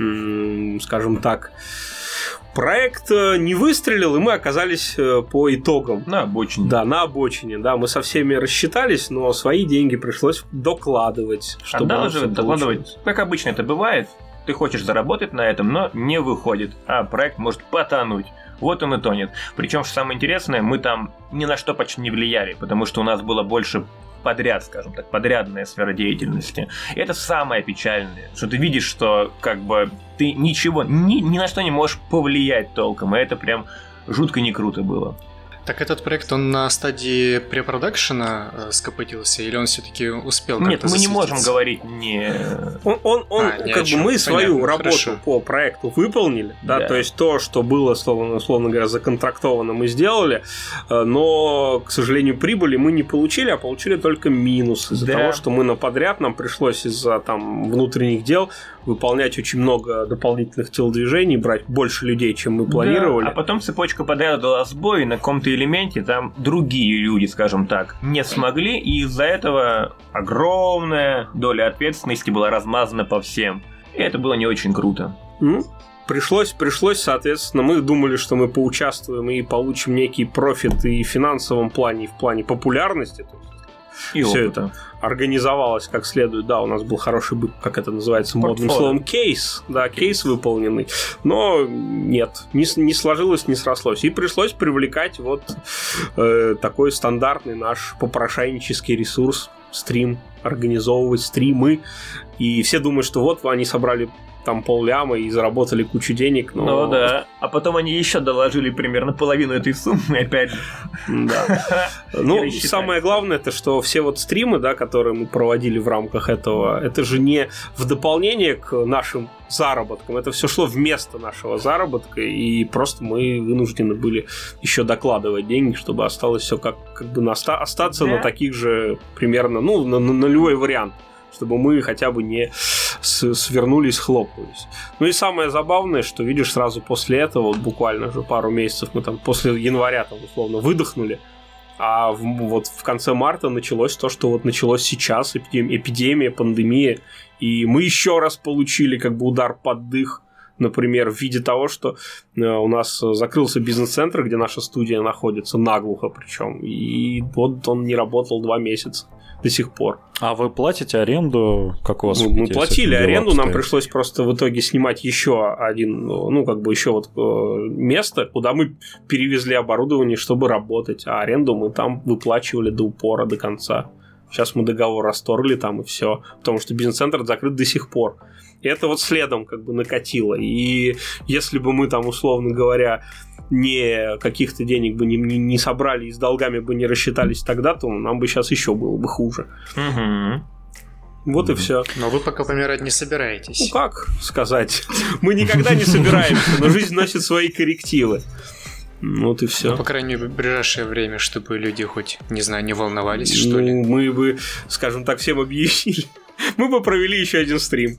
м- скажем так. Проект э, не выстрелил, и мы оказались э, по итогам. На обочине. Да, на обочине, да, мы со всеми рассчитались, но свои деньги пришлось докладывать, чтобы А у нас даже всё докладывать, получилось. как обычно это бывает, ты хочешь заработать на этом, но не выходит, а проект может потонуть. Вот он и тонет. Причем, что самое интересное, мы там ни на что почти не влияли, потому что у нас было больше подряд, скажем так, подрядная сфера деятельности. И это самое печальное, что ты видишь, что как бы ты ничего, ни, ни на что не можешь повлиять толком, и это прям жутко не круто было. Так этот проект, он на стадии препродакшена э, скопытился, или он все-таки успел как-то Нет, мы не можем засветиться? говорить не... Он, он, он А, ни о как бы чём. мы свою Понятно, работу хорошо. по проекту выполнили, да, Да. то есть то, что было, условно, условно говоря, законтрактовано, мы сделали, э, но, к сожалению, прибыли мы не получили, а получили только минус из-за Да. того, что мы на подряд, нам пришлось из-за там внутренних дел выполнять очень много дополнительных телодвижений, брать больше людей, чем мы планировали. Да, а потом цепочка подряда дала сбой, и на каком-то элементе там другие люди, скажем так, не смогли, и из-за этого огромная доля ответственности была размазана по всем. И это было не очень круто. Ну, пришлось, пришлось, соответственно, мы думали, что мы поучаствуем и получим некий профит и в финансовом плане, и в плане популярности. То есть И все опыта. это организовалось как следует. Да, у нас был хороший, как это называется, модным Портфолио. словом, кейс. Да, кейс выполненный. Но нет, не, с- не сложилось, не срослось. И пришлось привлекать вот э, такой стандартный наш попрошайнический ресурс, стрим, организовывать стримы. И все думают, что вот они собрали там полляма и заработали кучу денег, но... Ну да. А потом они еще доложили примерно половину этой суммы, опять же. Да. Ну, рассчитали. самое главное, это что все вот стримы, да, которые мы проводили в рамках этого, это же не в дополнение к нашим заработкам, это все шло вместо нашего заработка, и просто мы вынуждены были еще докладывать деньги, чтобы осталось все как, как бы на, оста- остаться Да. на таких же примерно, ну, на, на нулевой вариант, чтобы мы хотя бы не с- свернулись, схлопнулись. Ну и самое забавное, что, видишь, сразу после этого, вот буквально же пару месяцев мы там после января там условно выдохнули, а в, вот в конце марта началось то, что вот началось сейчас, эпидем- эпидемия, пандемия, и мы еще раз получили как бы удар под дых, например, в виде того, что э, у нас закрылся бизнес-центр, где наша студия находится, наглухо причем, и вот он не работал два месяца до сих пор. А вы платите аренду? Как у вас? Ну, в мы Питере с платили этим делом аренду, нам обстоят? пришлось просто в итоге снимать еще один, ну, как бы еще вот э, место, куда мы перевезли оборудование, чтобы работать, а аренду мы там выплачивали до упора, до конца. Сейчас мы договор расторгли там и все, потому что бизнес-центр закрыт до сих пор. И это вот следом как бы накатило. И если бы мы там, условно говоря, не каких-то денег бы не, не, не собрали и с долгами бы не рассчитались тогда, то нам бы сейчас еще было бы хуже. Угу. Вот и все. Но вы пока помирать не Ну собираетесь. как сказать? Мы никогда не собираемся, но жизнь носит свои коррективы. Вот и все. Ну, по крайней мере, в ближайшее время, чтобы люди хоть, не знаю, не волновались, ну, что ли. Мы бы, скажем так, всем объяснили. Мы бы провели еще один стрим.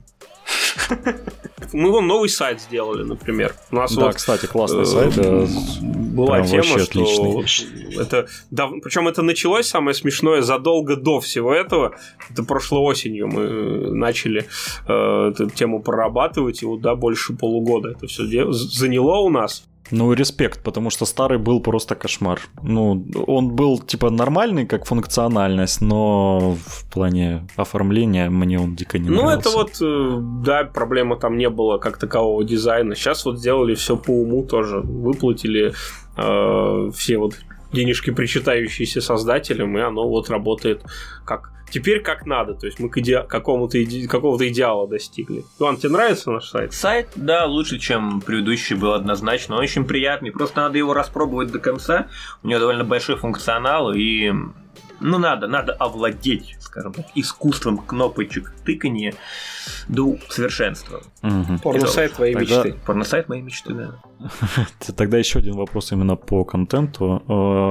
Мы вон новый сайт сделали, например. У нас да, вот, кстати, классный сайт. Да, была тема, что это, да, причем это началось самое смешное задолго до всего этого. Это прошлой осенью мы начали э, эту тему прорабатывать, и вот да, больше полугода это все заняло у нас. Ну, респект, потому что старый был просто кошмар. Ну, он был, типа, нормальный, как функциональность, но в плане оформления мне он дико не ну, нравился. Ну, это вот, да, проблема там не было как такового дизайна. Сейчас вот сделали все по уму тоже. Выплатили э, все вот денежки, причитающиеся создателям, и оно вот работает как... Теперь как надо, то есть мы к иде... какому-то иде... какого-то идеала достигли. Иван, тебе нравится наш сайт? Сайт, да, лучше, чем предыдущий был однозначно. Он очень приятный, просто надо его распробовать до конца. У него довольно большой функционал, и ну надо, надо овладеть, скажем так, искусством кнопочек тыкания до совершенства. Угу. Порносайт твоей Тогда... мечты. Порносайт моей мечты, да. Тогда еще один вопрос именно по контенту.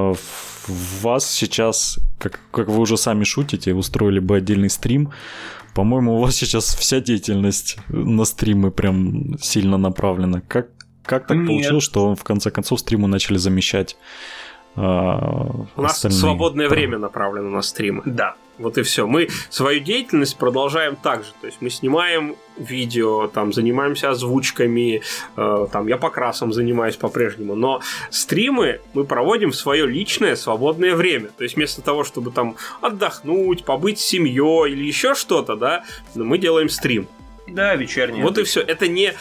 Вас сейчас, как, как вы уже сами шутите, устроили бы отдельный стрим. По-моему, у вас сейчас вся деятельность на стримы прям сильно направлена. Как, как так Нет. получилось, что в конце концов стримы начали замещать а, у нас остальные? Свободное время направлено на стримы. Да. Вот и все. Мы свою деятельность продолжаем так же. То есть мы снимаем видео, там, занимаемся озвучками, э, там, я покрасом занимаюсь по-прежнему. Но стримы мы проводим в свое личное свободное время. То есть вместо того, чтобы там отдохнуть, побыть с семьей или еще что-то, да, мы делаем стрим. Да, вечерний. Вот и все. Это не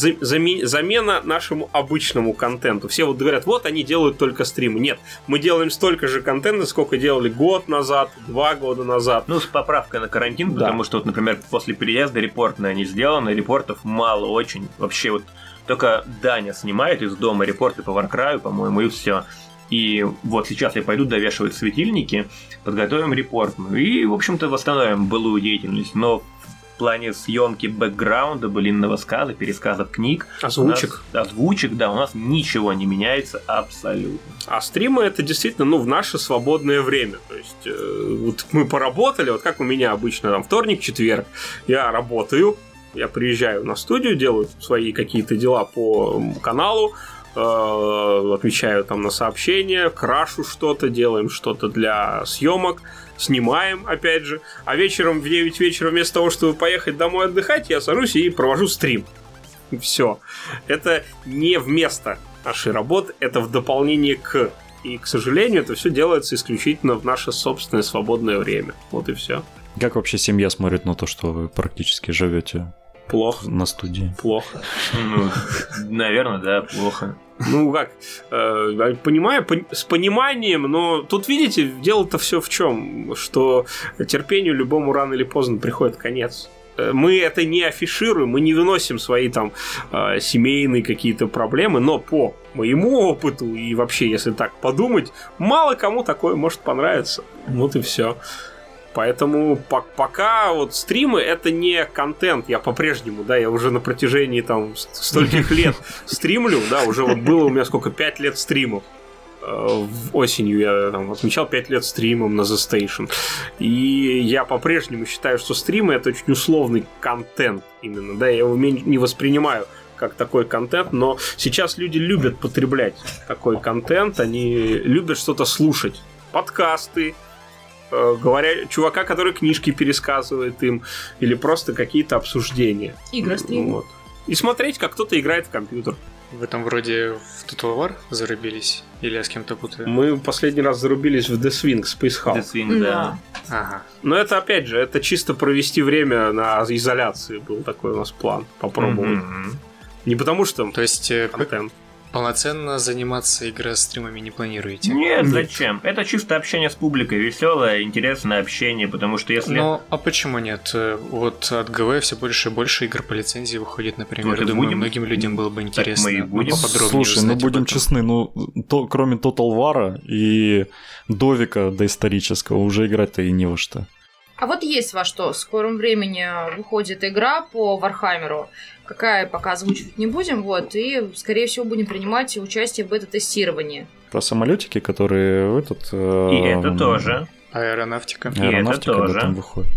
замена нашему обычному контенту. Все вот говорят, вот они делают только стримы. Нет, мы делаем столько же контента, сколько делали год назад, два года назад. Ну, с поправкой на карантин, да. Потому что, вот, например, после переезда репортные не сделаны, репортов мало очень. Вообще вот только Даня снимает из дома репорты по Warcry, по-моему, и все. И вот сейчас я пойду довешивать светильники, подготовим репортную и, в общем-то, восстановим былую деятельность. Но в плане съемки бэкграунда, былинного сказа, пересказов книг, озвучек. Нас, озвучек, да, у нас ничего не меняется абсолютно. А стримы это действительно, ну, в наше свободное время. То есть, э, вот мы поработали, вот как у меня обычно там вторник, четверг, я работаю, я приезжаю на студию, делаю свои какие-то дела по каналу, э, отвечаю там на сообщения, крашу что-то, делаем что-то для съемок. Снимаем, опять же, а вечером в девять вечера вместо того, чтобы поехать домой отдыхать, я сажусь и провожу стрим. Все. Это не вместо нашей работы, это в дополнение к. И, к сожалению, это все делается исключительно в наше собственное свободное время. Вот и все. Как вообще семья смотрит на то, что вы практически живете плохо на студии? Плохо. Ну, наверное, да, плохо. Ну, как, э, понимаю, по, с пониманием, но тут, видите, дело-то все в чем, что терпению любому рано или поздно приходит конец. Мы это не афишируем, мы не выносим свои там э, семейные какие-то проблемы, но по моему опыту и вообще, если так подумать, мало кому такое может понравиться. Вот и все. Поэтому по- пока вот стримы это не контент, я по-прежнему, да, я уже на протяжении там стольких лет стримлю, да, уже вот было у меня сколько, пять лет стримов. Осенью я там отмечал пять лет стримом на The Station. И я по-прежнему считаю, что стримы это очень условный контент именно, да, я его не воспринимаю как такой контент, но сейчас люди любят потреблять такой контент, они любят что-то слушать, подкасты, говоря, чувака, который книжки пересказывает им, или просто какие-то обсуждения. Игры-стримы. Вот. И смотреть, как кто-то играет в компьютер. Вы там вроде в Total War зарубились? Или я с кем-то путаю? Мы последний раз зарубились в Deathwing Space Hulk. Deathwing, да. Ага. Но это, опять же, это чисто провести время на изоляции. Был такой у нас план. Попробовать. Mm-hmm. Не потому что... То есть... Контент. Полноценно заниматься игростримами не планируете? Нет, Нет, зачем? Это чисто общение с публикой, веселое, интересное общение, потому что если... Ну, а почему нет? Вот от ГВ все больше и больше игр по лицензии выходит, например. Вот Думаю, будем? многим людям было бы интересно. Так мы и будем. Поподробнее Слушай, ну будем честны, ну, то, кроме Total War и Довика доисторического, уже играть-то и не во что. А вот есть во что. В скором времени выходит игра по Вархаммеру. Какая пока озвучивать не будем, вот, и, скорее всего, будем принимать участие в бета-тестировании. Про самолетики, которые этот... Э, и это тоже. Аэронавтика. И Аэронавтика, это да, тоже. там выходит.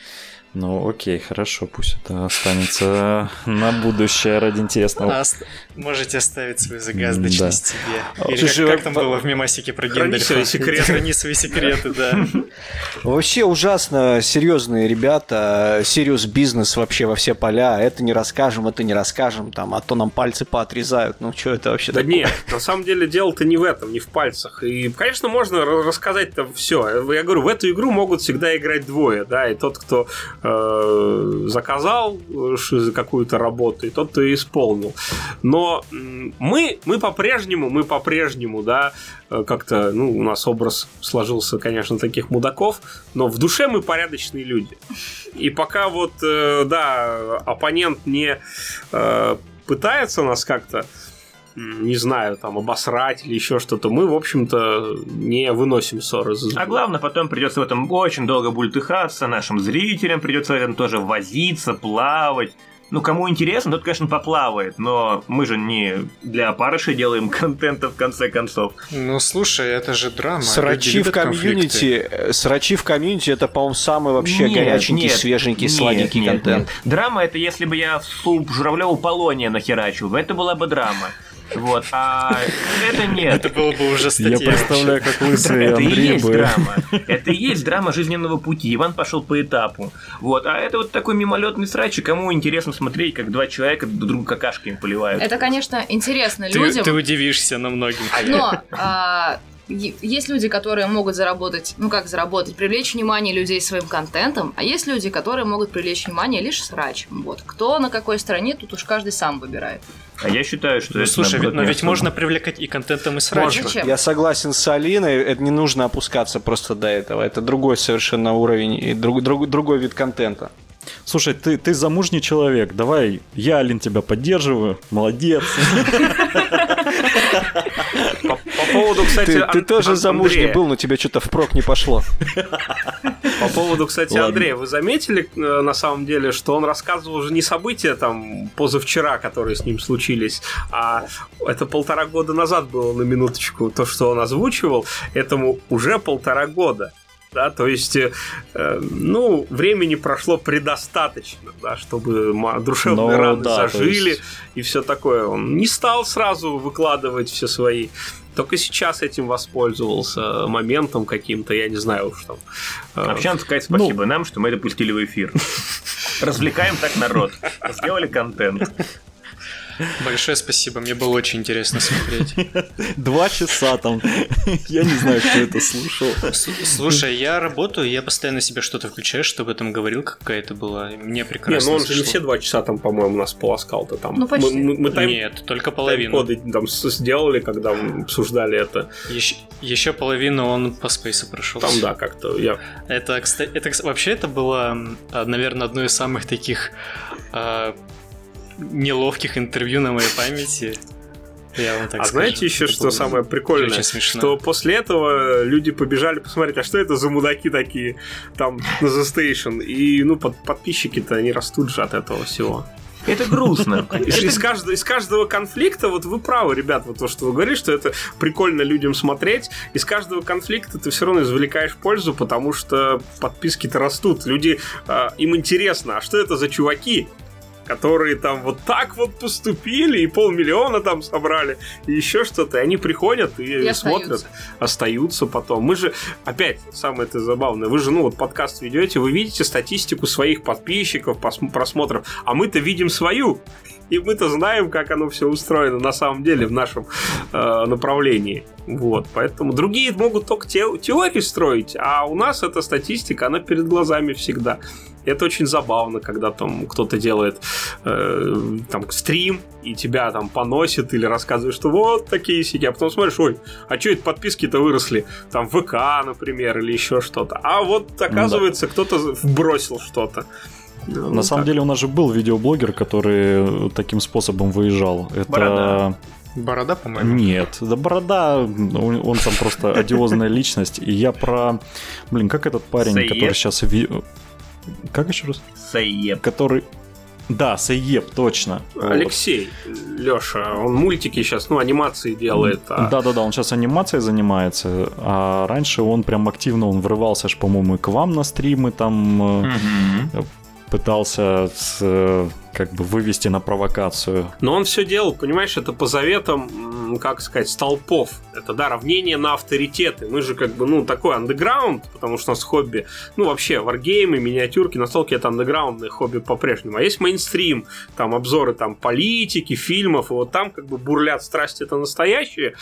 Ну, окей, хорошо, пусть это останется на будущее ради интересного. А, можете оставить свою загадочность себе. Или Слушай, как, как там по- было в мемасике про Храни Гендальфа? свои секреты. Храни свои секреты, да. Вообще ужасно серьезные ребята, serious бизнес вообще во все поля. Это не расскажем, это не расскажем, там, а то нам пальцы поотрезают. Ну, что это вообще Да такое? нет, на самом деле дело-то не в этом, не в пальцах. И, конечно, можно р- рассказать-то все. Я говорю, в эту игру могут всегда играть двое, да, и тот, кто э, заказал ш- какую-то работу, и тот, кто ее исполнил. Но м, мы, мы по-прежнему, мы по-прежнему, да, э, как-то, ну, у нас образ сложился, конечно, таких мудаков, но в душе мы порядочные люди. И пока вот, э, да, оппонент не э, пытается нас как-то, не знаю, там, обосрать или еще что-то, мы, в общем-то, не выносим ссоры. А главное, потом придется в этом очень долго бультыхаться, нашим зрителям придется в этом тоже возиться, плавать. Ну, кому интересно, тот, конечно, поплавает, но мы же не для опарышей делаем контента в конце концов. Ну, слушай, это же драма. Срачи Люди в любят конфликты. комьюнити, срачи в комьюнити это, по-моему, самый вообще Нет, горяченький, нет, свеженький, нет, сладенький нет, контент. нет. Драма — это если бы я в суп Журавлёва Полония нахерачил, это была бы драма. Вот, а это нет. Это было бы уже статья. Я представляю, как лысый Это и Андрей есть бы... драма. Это и есть драма жизненного пути. Иван пошел по этапу. Вот. А это вот такой мимолетный срач, и кому интересно смотреть, как два человека друг друга какашками поливают. Это, конечно, интересно Ты, людям, ты удивишься на многим. но а, е- есть люди, которые могут заработать, ну как заработать, привлечь внимание людей своим контентом, а есть люди, которые могут привлечь внимание лишь срачем. Вот. Кто на какой стороне, тут уж каждый сам выбирает. А я считаю, что Ну, это слушай, наоборот, ведь- но не ведь особо. можно привлекать и контентом, и срачем. Зачем? Я согласен с Алиной, это не нужно опускаться просто до этого. Это другой совершенно уровень и друг, друг- другой вид контента. Слушай, ты, ты замужний человек, давай, я, Алин, тебя поддерживаю, молодец. По, по поводу, кстати, Ты, ты Ан- тоже Ан- замужний Андрея. был, но тебе что-то впрок не пошло. По поводу, кстати, Ладно. Андрея, вы заметили, э, на самом деле, что он рассказывал уже не события там позавчера, которые с ним случились, а это полтора года назад было, на минуточку, то, что он озвучивал, этому уже полтора года. Да, то есть, э, ну, времени прошло предостаточно, да, чтобы ма- душевные Ну, раны да, то зажили есть- и все такое. Он не стал сразу выкладывать все свои. Только сейчас этим воспользовался моментом каким-то, я не знаю уж там. э, Вообще, надо сказать спасибо нам, что мы это пустили в эфир. Развлекаем так народ. Сделали контент. Большое спасибо, мне было очень интересно смотреть. Два часа там. Я не знаю, кто это слушал. С- Слушай, я работаю, я постоянно себе что-то включаю, чтобы об этом говорил, какая это была. Мне Не, прекрасно ну он же не зашло. все два часа там, по-моему, нас полоскал-то там. Ну, почти. Мы, мы- мы тайм- Нет, только половину. тайм-коды там с- сделали, когда мы обсуждали это. Еще, еще половину он по спейсу прошел. Там, да, как-то я... Это, кстати, это, кс- вообще это было, а, наверное, одно из самых таких а, неловких интервью на моей памяти. Я вам так А скажу. знаете еще, Это что было самое прикольное? очень смешно. Что после этого люди побежали посмотреть, а что это за мудаки такие там на The Station. И, ну, под- подписчики-то, они растут же от этого всего. Это грустно. Из, из каждого, из каждого конфликта, вот вы правы, ребят, вот то, что вы говорите, что это прикольно людям смотреть. Из каждого конфликта ты все равно извлекаешь пользу, потому что подписки-то растут. Люди, э, им интересно, а что это за чуваки, которые там вот так вот поступили и полмиллиона там собрали, и еще что-то. И они приходят и, И смотрят, остаются. остаются потом. Мы же, опять, самое это забавное, вы же, ну, вот подкаст ведете, вы видите статистику своих подписчиков, пос- просмотров, а мы-то видим свою. И мы-то знаем, как оно все устроено на самом деле в нашем э, направлении. Вот, поэтому другие могут только те- теории строить, а у нас эта статистика, она перед глазами всегда. Это очень забавно, когда там кто-то делает э, там стрим, и тебя там поносит или рассказывает, что вот такие сики, а потом смотришь, ой, а что это подписки-то выросли? Там в ВК, например, или еще что-то. А вот, оказывается, кто-то вбросил что-то. Ну, На самом так. деле у нас же был видеоблогер, который таким способом выезжал. Это Борода. Борода, по-моему? Нет, да Борода, он, он там просто одиозная личность. И я про... Блин, как этот парень, Саеп? который сейчас... Как еще раз? Саеп. Который... Да, Саеп, точно. Алексей, Лёша, он мультики сейчас, ну, анимации делает. А... Да-да-да, он сейчас анимацией занимается, а раньше он прям активно, он врывался, аж, по-моему, и к вам на стримы, там угу. пытался с, как бы вывести на провокацию. Но он все делал, понимаешь, это по заветам, как сказать, столпов. Это, да, равнение на авторитеты. Мы же как бы, ну, такой андеграунд, потому что у нас хобби, ну, вообще, варгеймы, миниатюрки, настолки — это андеграундное хобби по-прежнему. А есть мейнстрим, там обзоры там политики, фильмов, и вот там как бы бурлят страсти, это настоящие,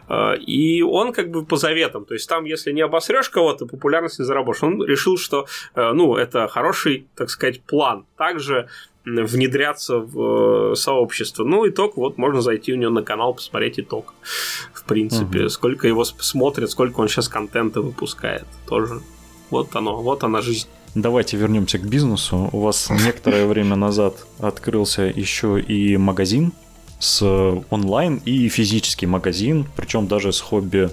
и он как бы по заветам. То есть там, если не обосрешь кого-то, популярность не заработаешь. Он решил, что, ну, это хороший, так сказать, план. Также внедряться в сообщество. Ну, итог, вот можно зайти у него на канал, посмотреть итог. В принципе, угу. сколько его смотрят, сколько он сейчас контента выпускает. Тоже. Вот оно, вот она жизнь. Давайте вернемся к бизнесу. У вас некоторое время назад открылся еще и магазин с онлайн и физический магазин, причем даже с хобби.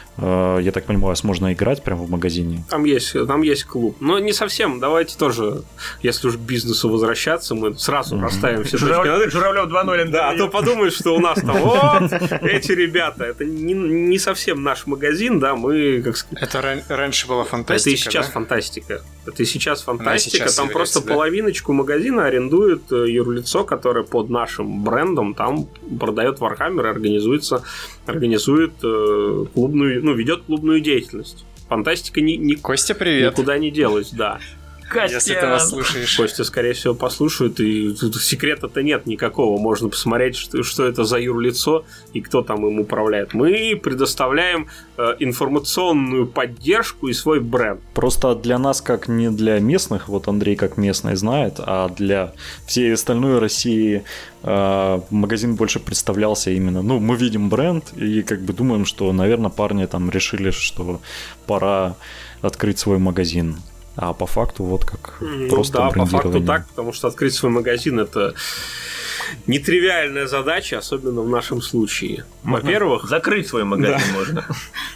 Я так понимаю, можно играть прямо в магазине. Там есть, там есть клуб. Но не совсем. Давайте тоже, если уж к бизнесу возвращаться, мы сразу mm-hmm. расставим все точки. Журавлев два ноль. Да, а то подумают, что у нас там вот эти ребята. Это не, не совсем наш магазин, да, мы, как сказать... Это ран- раньше была фантастика, Это и сейчас да? фантастика. Это и сейчас фантастика. Сейчас там просто да? половиночку магазина арендует юрлицо, которое под нашим брендом там продает Warhammer и организуется, организует э, клубную, ну, ведет клубную деятельность. Фантастика не, не, Костя, привет. Никуда не делась, да. Костя. Если ты нас слушаешь. Костя, скорее всего, послушает, и тут секрета-то нет никакого. Можно посмотреть, что, что это за юрлицо и кто там им управляет. Мы предоставляем э, информационную поддержку и свой бренд. Просто для нас, как не для местных, вот Андрей как местный знает, а для всей остальной России э, магазин больше представлялся именно, ну, мы видим бренд и как бы думаем, что, наверное, парни там решили, что пора открыть свой магазин. А по факту вот как ну, просто да, брендирование. по факту так, потому что открыть свой магазин — это нетривиальная задача, особенно в нашем случае. Можно Во-первых... закрыть свой магазин да. можно.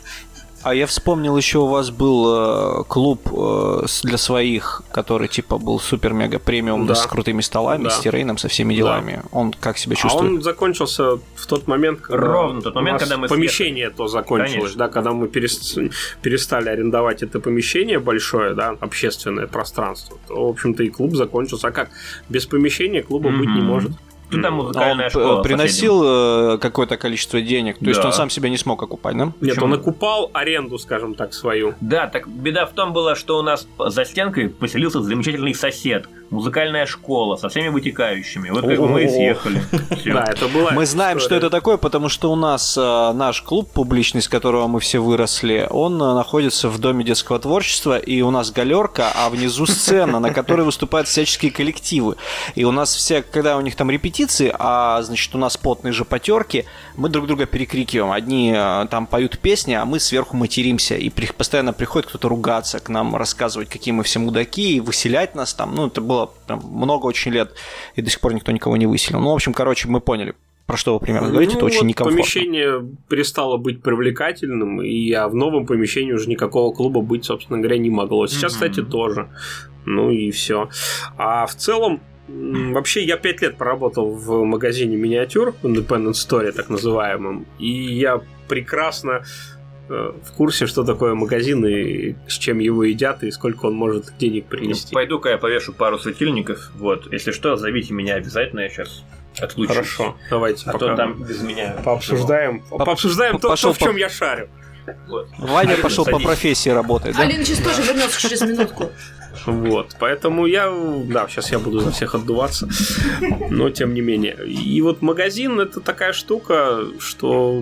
А я вспомнил, еще у вас был э, клуб э, для своих, который типа был супер-мега премиум, да. с крутыми столами, да. с террейном, со всеми делами. Да. Он как себя чувствует? А он закончился в тот момент, когда... Ровно в тот момент, когда мы... Помещение съехали. То закончилось, Конечно. Да, когда мы перестали арендовать это помещение большое, да, общественное пространство, то, в общем-то, и клуб закончился. А как? Без помещения клуба mm-hmm. быть не может. Туда музыкальная он школа приносил последним. Какое-то количество денег, то да. есть он сам себя не смог окупать, да? Нет, Почему? Он окупал аренду, скажем так, свою. Да, так беда в том была, что у нас за стенкой поселился замечательный сосед, музыкальная школа со всеми вытекающими. Вот как мы и съехали. Да, это было. Мы знаем, что это такое, потому что у нас наш клуб, публичный, с которого мы все выросли, он находится в Доме детского творчества, и у нас галерка, а внизу сцена, на которой выступают всяческие коллективы. И у нас все, когда у них там репетиции, а, значит, у нас потные же потерки, мы друг друга перекрикиваем. Одни там поют песни, а мы сверху материмся. И при, постоянно приходит кто-то ругаться к нам, рассказывать, какие мы все мудаки, и выселять нас там. Ну, это было прям много очень лет, и до сих пор никто никого не выселил. Ну, в общем, короче, мы поняли, про что вы примерно говорите, ну, это очень вот некомфортно. Помещение перестало быть привлекательным, и а в новом помещении уже никакого клуба быть, собственно говоря, не могло. Сейчас, mm-hmm. кстати, тоже. Ну и все. А в целом, вообще, я пять лет проработал в магазине миниатюр, в Independent Store, так называемом, и я прекрасно э, в курсе, что такое магазин и с чем его едят, и сколько он может денег принести. Пойду-ка я повешу пару светильников, вот, если что, зовите меня обязательно, я сейчас отлучусь. Хорошо, давайте. А пока то там без меня. Пообсуждаем, по- пообсуждаем то, то, в чем я шарю. Вот. Ваня Алина, пошел садись. По профессии работать, да? Алина сейчас тоже вернется через минутку. Вот, поэтому я, да, сейчас я буду за всех отдуваться, но тем не менее. И вот магазин — это такая штука, что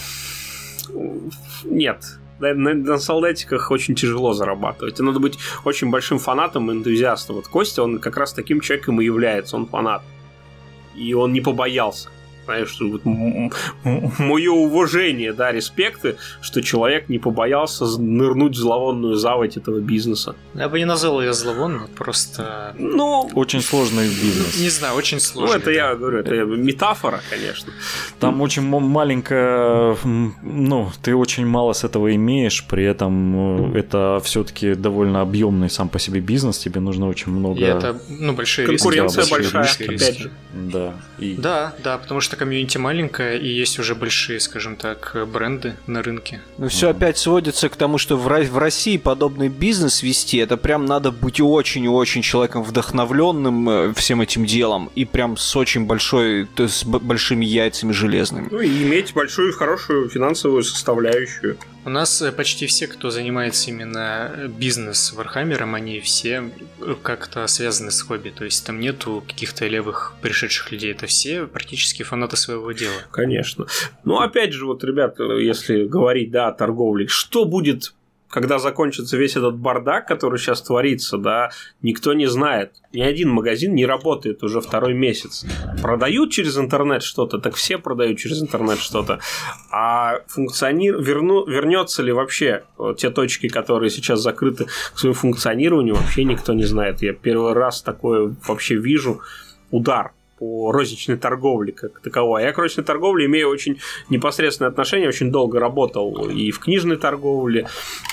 нет, на, на солдатиках очень тяжело зарабатывать. И надо быть очень большим фанатом и энтузиастом. Вот Костя, он как раз таким человеком и является, он фанат. И он не побоялся. Знаешь, вот мое уважение, да, респекты, что человек не побоялся нырнуть в зловонную заводь этого бизнеса. Я бы не назвал ее зловонной, просто... Ну, очень сложный бизнес. Не знаю, очень сложный. Ну, это да. я говорю, это метафора, конечно. Там очень маленькая... Ну, ты очень мало с этого имеешь, при этом это все-таки довольно объемный сам по себе бизнес, тебе нужно очень много... И это, ну, большие риски. Конкуренция да, большая, риски, опять риски. же. Да. И... Да, да, потому что комьюнити маленькая, и есть уже большие, скажем так, бренды на рынке. Ну, все mm-hmm. опять сводится к тому, что в России подобный бизнес вести, это прям надо быть очень-очень человеком вдохновленным всем этим делом, и прям с очень большой, то есть с большими яйцами железными. Ну, и иметь большую, хорошую финансовую составляющую. У нас почти все, кто занимается именно бизнес Вархаммером, они все как-то связаны с хобби. То есть там нету каких-то левых пришедших людей. Это все практически фанаты своего дела. Конечно. Ну, опять же, вот, ребят, если говорить, да, о торговле, что будет, когда закончится весь этот бардак, который сейчас творится, да, никто не знает. Ни один магазин не работает уже второй месяц. Продают через интернет что-то, так все продают через интернет что-то. А функциони... Верну... вернется ли вообще те точки, которые сейчас закрыты к своему функционированию, вообще никто не знает. Я первый раз такое вообще вижу. Удар по розничной торговле как таковой. Я к розничной торговле имею очень непосредственное отношение, очень долго работал и в книжной торговле,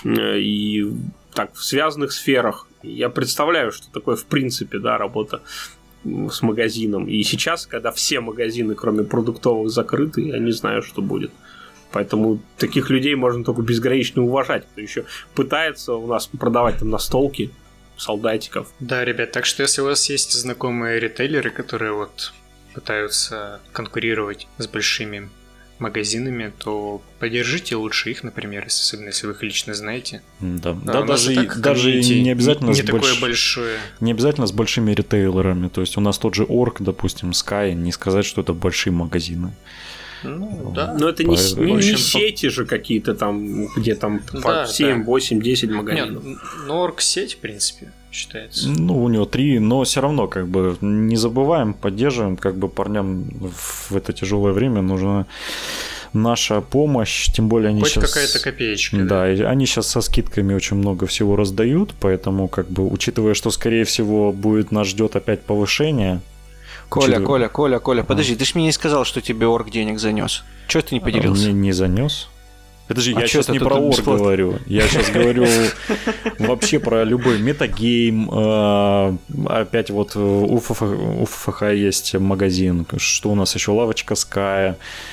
и так, в связанных сферах. Я представляю, что такое в принципе, да, работа с магазином. И сейчас, когда все магазины, кроме продуктовых, закрыты, я не знаю, что будет. Поэтому таких людей можно только безгранично уважать, кто еще пытается у нас продавать там настолки, солдатиков. Да, ребят, так что если у вас есть знакомые ритейлеры, которые вот пытаются конкурировать с большими магазинами, то поддержите лучше их, например, особенно если вы их лично знаете. Да, да, да даже, и, даже не обязательно не, с не такое больш... большое. Не обязательно с большими ритейлерами. То есть у нас тот же Орг, допустим, Sky, не сказать, что это большие магазины. Ну, да. Но это Поэтому... не, не, не сети же какие-то там, где там да, семь, восемь, десять магазинов. Нет, ну, Орг сеть, в принципе, считается. Ну, у него три, но все равно, как бы, не забываем, поддерживаем, как бы парням в это тяжелое время нужна наша помощь, тем более они хоть сейчас... какая-то копеечка. Да, да, и они сейчас со скидками очень много всего раздают, поэтому, как бы, учитывая, что, скорее всего, будет нас ждет опять повышение. Коля, Учитывая... Коля, Коля, Коля, подожди, ты ж мне не сказал, что тебе Орг денег занес. Чего ты не поделился? Не, не занес. Это же а я сейчас не про Орг бесплатно? говорю. Я сейчас говорю вообще про любой метагейм. Опять вот у эф эф ха есть магазин. Что у нас еще? Лавочка Sky.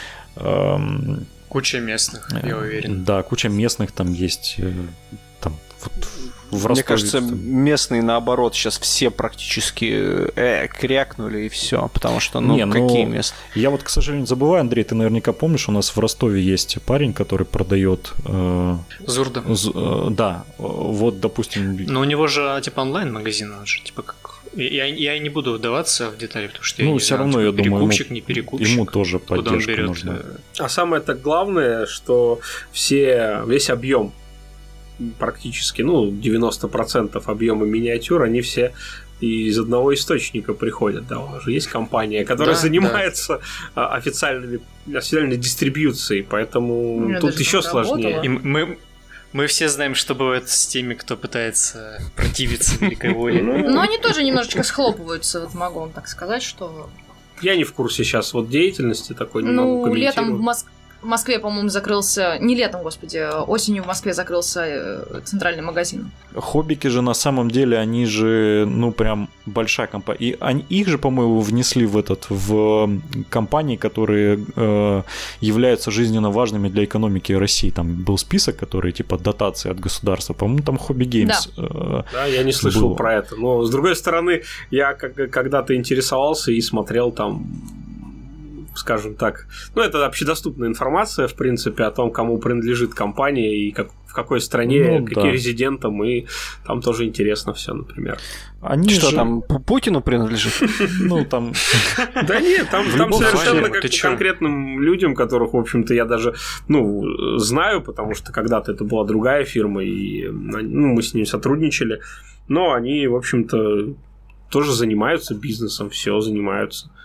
Куча местных, я уверен. Да, куча местных там есть. Там вот в Мне кажется, местные, наоборот, сейчас все практически э, крякнули и все, потому что, ну, не, какие ну, местные? Я вот, к сожалению, забываю, Андрей, ты наверняка помнишь, у нас в Ростове есть парень, который продает... Э, Зурда. З, э, да, вот, допустим... Но у него же, типа, онлайн-магазин, он же, типа, как... Я, я не буду вдаваться в детали, потому что ну, я не все знаю, равно, типа, я думаю, перекупщик, ему, не перекупщик. Ему тоже поддержка берет, нужна. А самое-то главное, что все, весь объем практически, ну, девяносто процентов объема миниатюр, они все из одного источника приходят. Да, у нас же есть компания, которая да, занимается да. официальными, официальной дистрибьюцией, поэтому я тут еще сложнее. И мы, мы все знаем, что бывает с теми, кто пытается противиться великой воле. Но они тоже немножечко схлопываются, вот могу вам так сказать, что... Я не в курсе сейчас вот деятельности такой, не могу комментировать. Ну, летом в Москве В Москве, по-моему, закрылся... Не летом, господи, осенью в Москве закрылся центральный магазин. Хоббики же на самом деле, они же, ну, прям большая компания. И они, их же, по-моему, внесли в этот, в компании, которые э, являются жизненно важными для экономики России. Там был список, который, типа, дотации от государства. По-моему, там Hobby Games. Да, э, да я не слышал было. про это. Но, с другой стороны, я когда-то интересовался и смотрел там... скажем так, ну, это общедоступная информация, в принципе, о том, кому принадлежит компания и как, в какой стране, ну, какие да. резидентам, и там тоже интересно все, например. Они что, же... там Путину принадлежит? Ну, там... Да нет, там совершенно конкретным людям, которых, в общем-то, я даже, ну, знаю, потому что когда-то это была другая фирма, и мы с ними сотрудничали, но они, в общем-то, тоже занимаются бизнесом, все занимаются.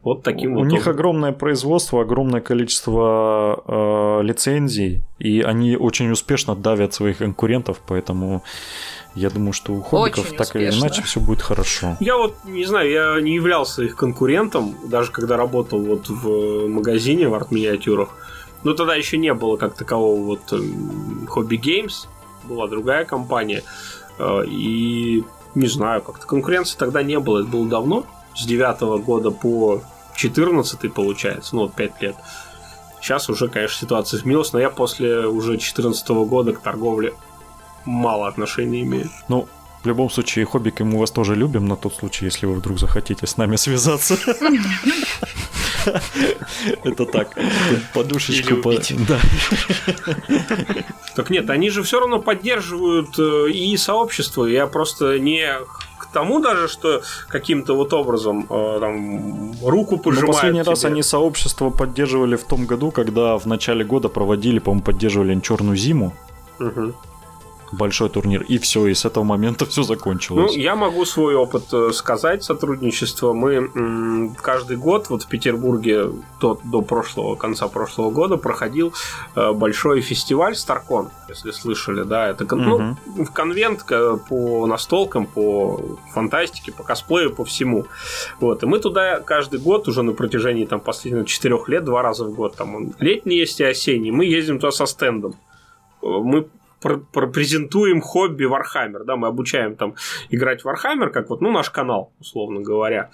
Вот таким У вот. У них огромное производство, огромное количество э, лицензий, и они очень успешно давят своих конкурентов, поэтому я думаю, что у хоббиков Очень так успешно. или иначе все будет хорошо. Я вот не знаю, я не являлся их конкурентом, даже когда работал вот в магазине в арт-миниатюрах. Но тогда еще не было как такового вот Hobby Games, была другая компания. И не знаю, как-то конкуренции тогда не было, это было давно, с девятого года по четырнадцатый получается, ну вот пять лет. Сейчас уже, конечно, ситуация изменилась, но я после уже четырнадцатого года к торговле мало отношений имею. Ну, в любом случае, хоббики мы вас тоже любим, на тот случай, если вы вдруг захотите с нами связаться. Это так, подушечку. Да. Так нет, они же все равно поддерживают и сообщество. Я просто не к тому даже, что каким-то вот образом там руку пожимают. Но последний тебе. раз они сообщество поддерживали в том году, когда в начале года проводили, по-моему, поддерживали черную зиму. Угу. Большой турнир, и все, и с этого момента все закончилось. Ну, я могу свой опыт сказать сотрудничества. Мы м, каждый год вот в Петербурге до, до прошлого, конца прошлого года проходил э, большой фестиваль StarCon, если слышали, да, это ну, угу. конвент по настолкам, по фантастике, по косплею, по всему. Вот, и мы туда каждый год уже на протяжении там последних четырех лет, два раза в год, там он летний есть и осенний, мы ездим туда со стендом. Мы презентуем хобби Warhammer, да, мы обучаем там играть в Warhammer, как вот, ну, наш канал, условно говоря,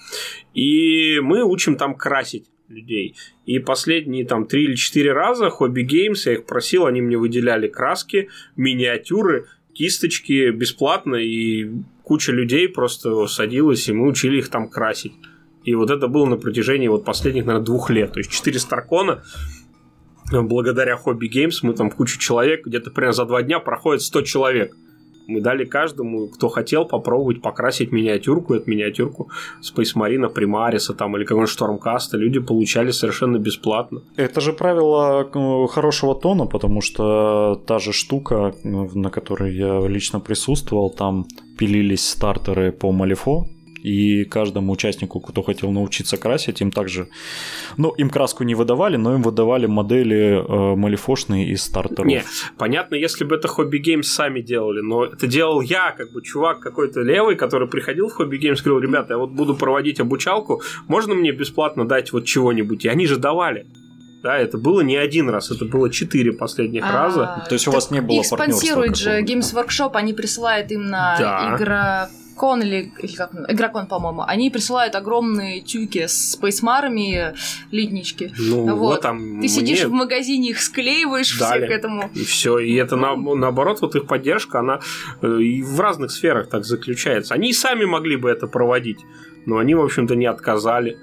и мы учим там красить людей. И последние там три или четыре раза Hobby Games, я их просил, они мне выделяли краски, миниатюры, кисточки бесплатно, и куча людей просто садилась, и мы учили их там красить. И вот это было на протяжении вот последних, наверное, двух лет. То есть четыре Старкона. Благодаря Hobby Games мы там кучу человек, где-то примерно за два дня проходит сто человек. Мы дали каждому, кто хотел, попробовать покрасить миниатюрку, эту миниатюрку Space Marine, Primaris там, или какого-нибудь Stormcast, люди получали совершенно бесплатно. Это же правило хорошего тона, потому что та же штука, на которой я лично присутствовал, там пилились стартеры по Малифо, и каждому участнику, кто хотел научиться красить, им также... Ну, им краску не выдавали, но им выдавали модели э, малифошные из стартеров. Не, понятно, если бы это Hobby Games сами делали, но это делал я, как бы чувак какой-то левый, который приходил в Hobby Games, говорил, ребята, я вот буду проводить обучалку, можно мне бесплатно дать вот чего-нибудь? И они же давали. Да, это было не один раз, это было четыре последних а, раза. То есть у вас не было партнерства? Их спонсирует же Games Workshop, они присылают им на да. игра... Кон или, или как, Игрокон, по-моему, они присылают огромные тюки с спейсмарами, литнички. Ну, вот, вот там ты сидишь мне в магазине, их склеиваешь дали. все к этому. И все. И это на, наоборот, вот их поддержка, она и в разных сферах так заключается. Они и сами могли бы это проводить, но они, в общем-то, не отказали.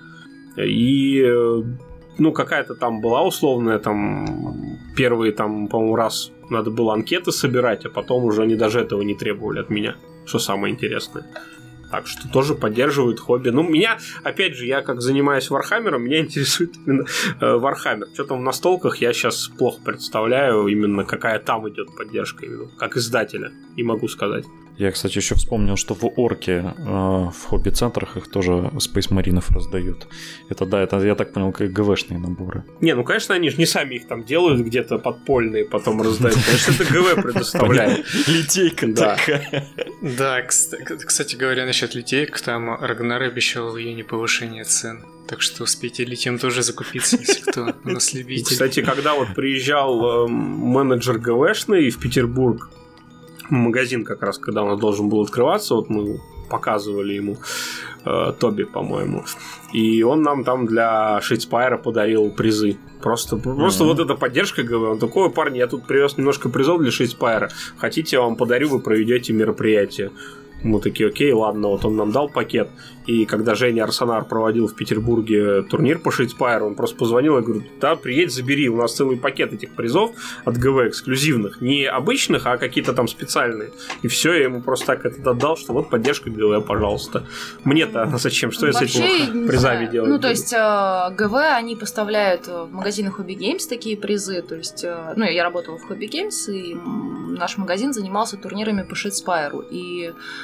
И ну, какая-то там была условная, там, первый, там, по-моему, раз надо было анкеты собирать, а потом уже они даже этого не требовали от меня, что самое интересное. Так что тоже поддерживают хобби. Ну, меня, опять же, я как занимаюсь Вархаммером, меня интересует именно э, Вархаммер. Что там в настолках, я сейчас плохо представляю именно, какая там идет поддержка, именно, как издателя, не могу сказать. Я, кстати, еще вспомнил, что в Орке э, в хобби-центрах их тоже Space Маринов раздают. Это, да, это, я так понял, как ГВшные наборы. Не, ну, конечно, они же не сами их там делают где-то подпольные, потом раздают. Конечно, это ГВ предоставляет. Литейка такая. Да, кстати говоря, насчет литейк, там Рагнар обещал в июне повышение цен. Так что успейте литием тоже закупиться, если кто у нас любитель. Кстати, когда вот приезжал менеджер ГВшный в Петербург, магазин как раз, когда у нас должен был открываться, вот мы показывали ему, э, Тоби, по-моему, и он нам там для Шейдспайра подарил призы. Просто, mm-hmm. просто вот эта поддержка, говорю, он такой, парни, я тут привез немножко призов для Шейдспайра, хотите, я вам подарю, вы проведете мероприятие. Мы такие, окей, ладно, вот он нам дал пакет. И когда Женя Арсенар проводил в Петербурге турнир по Шейдспайру, он просто позвонил и говорит, да, приедь, забери, у нас целый пакет этих призов от ГВ эксклюзивных, не обычных, а какие-то там специальные. И все, я ему просто так это отдал, что вот поддержка ГВ, пожалуйста. Мне-то зачем? Что Вообще, я с этими призами делаю? Ну, то есть ГВ, они поставляют в магазины Hobby Games такие призы, то есть, ну, я работала в Hobby Games, и наш магазин занимался турнирами по Шейдспайру, и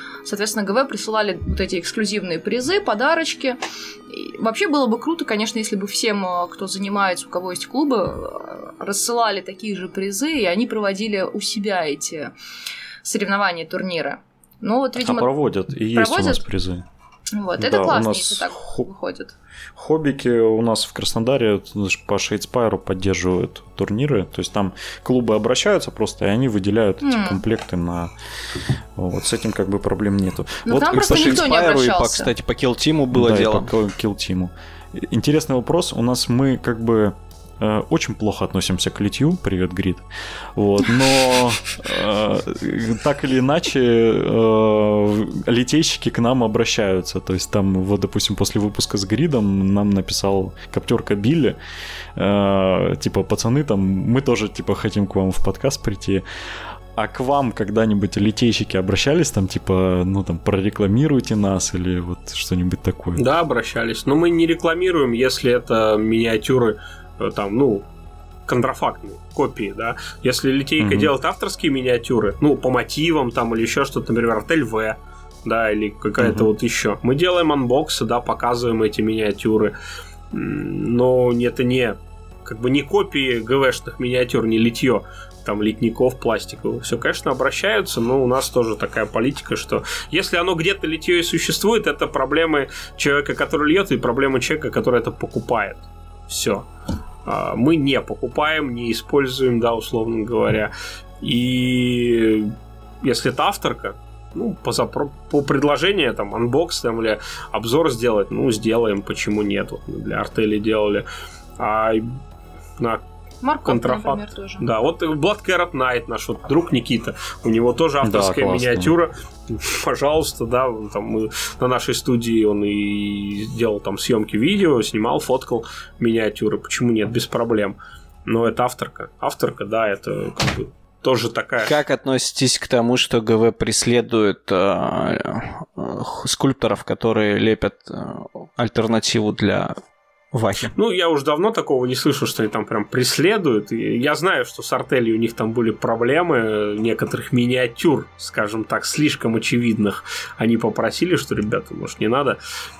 Соответственно, ГВ присылали вот эти эксклюзивные призы, подарочки. И вообще было бы круто, конечно, если бы всем, кто занимается, у кого есть клубы, рассылали такие же призы, и они проводили у себя эти соревнования, турниры. Ну, вот, видимо, а проводят, и проводят? Есть у нас призы. Вот, да, это классно, нас если так хо- выходит. Хоббики у нас в Краснодаре по Шейдспайру поддерживают турниры. То есть там клубы обращаются просто, и они выделяют эти mm. комплекты на... Вот с этим как бы проблем нету. Но вот там просто по никто не обращался. И по, обращался. кстати, по Kill Team было да, дело. И по Kill Team. Интересный вопрос. У нас мы как бы э, очень плохо относимся к литью. Привет, Грид. Вот, но э, так или иначе э, литейщики к нам обращаются. То есть там, вот, допустим, после выпуска с Гридом нам написал Коптерка Билли. Э, типа, пацаны, там, мы тоже типа хотим к вам в подкаст прийти. А к вам когда-нибудь литейщики обращались, там, типа, ну, там, прорекламируйте нас или вот что-нибудь такое? Да, обращались. Но мы не рекламируем, если это миниатюры, там, ну, контрафактные, копии, да. Если литейка mm-hmm. делает авторские миниатюры, ну, по мотивам, там, или еще что-то, например, отель В, да, или какая-то mm-hmm. вот еще. Мы делаем анбоксы, да, показываем эти миниатюры. Но это не, как бы, не копии ГВшных миниатюр, не литье. Там литников пластиковых, все, конечно, обращаются, но у нас тоже такая политика, что если оно где-то литье и существует, это проблемы человека, который льет, и проблемы человека, который это покупает. Все. Мы не покупаем, не используем, да, условно говоря. И если это авторка, ну, по, запро- по предложению, там, анбокс там, или обзор сделать, ну, сделаем, почему нет. Вот мы для Артели делали. А на Морковка, контрафакт. Например, тоже. Да, вот Blood Carrot Night, наш вот друг Никита, у него тоже авторская да, миниатюра. Пожалуйста, да, там мы на нашей студии он и делал там съемки видео, снимал, фоткал миниатюры. Почему нет? Без проблем. Но это авторка. Авторка, да, это как бы тоже такая. Как относитесь к тому, что ГВ преследует э, э, скульпторов, которые лепят э, альтернативу для Вахи? Ну, я уже давно такого не слышу, что они там прям преследуют. И я знаю, что с Артелью у них там были проблемы некоторых миниатюр, скажем так, слишком очевидных. Они попросили, что, ребята, может, не надо.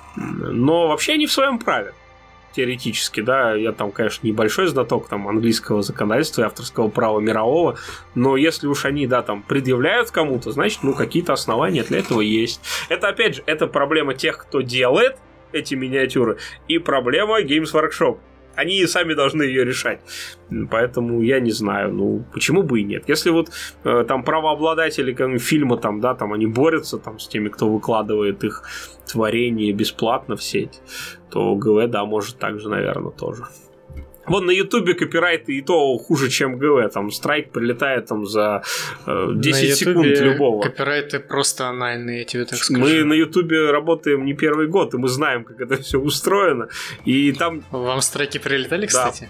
Но вообще они в своем праве. Теоретически, да, я там, конечно, небольшой знаток там английского законодательства и авторского права мирового, но если уж они, да, там предъявляют кому-то, значит, ну, какие-то основания для этого есть. Это, опять же, это проблема тех, кто делает эти миниатюры, и проблема Games Workshop. Они сами должны ее решать. Поэтому я не знаю, ну, почему бы и нет. Если вот э, там правообладатели как, фильма, там, да, там они борются там, с теми, кто выкладывает их творение бесплатно в сеть, то ГВ, да, может так же, наверное, тоже. Вон на Ютубе копирайты и то хуже, чем ГВ. Там страйк прилетает там за э, десять секунд любого. Копирайты просто анальные, я тебе так скажу. Мы на Ютубе работаем не первый год, и мы знаем, как это все устроено. И там... Вам страйки прилетали, кстати?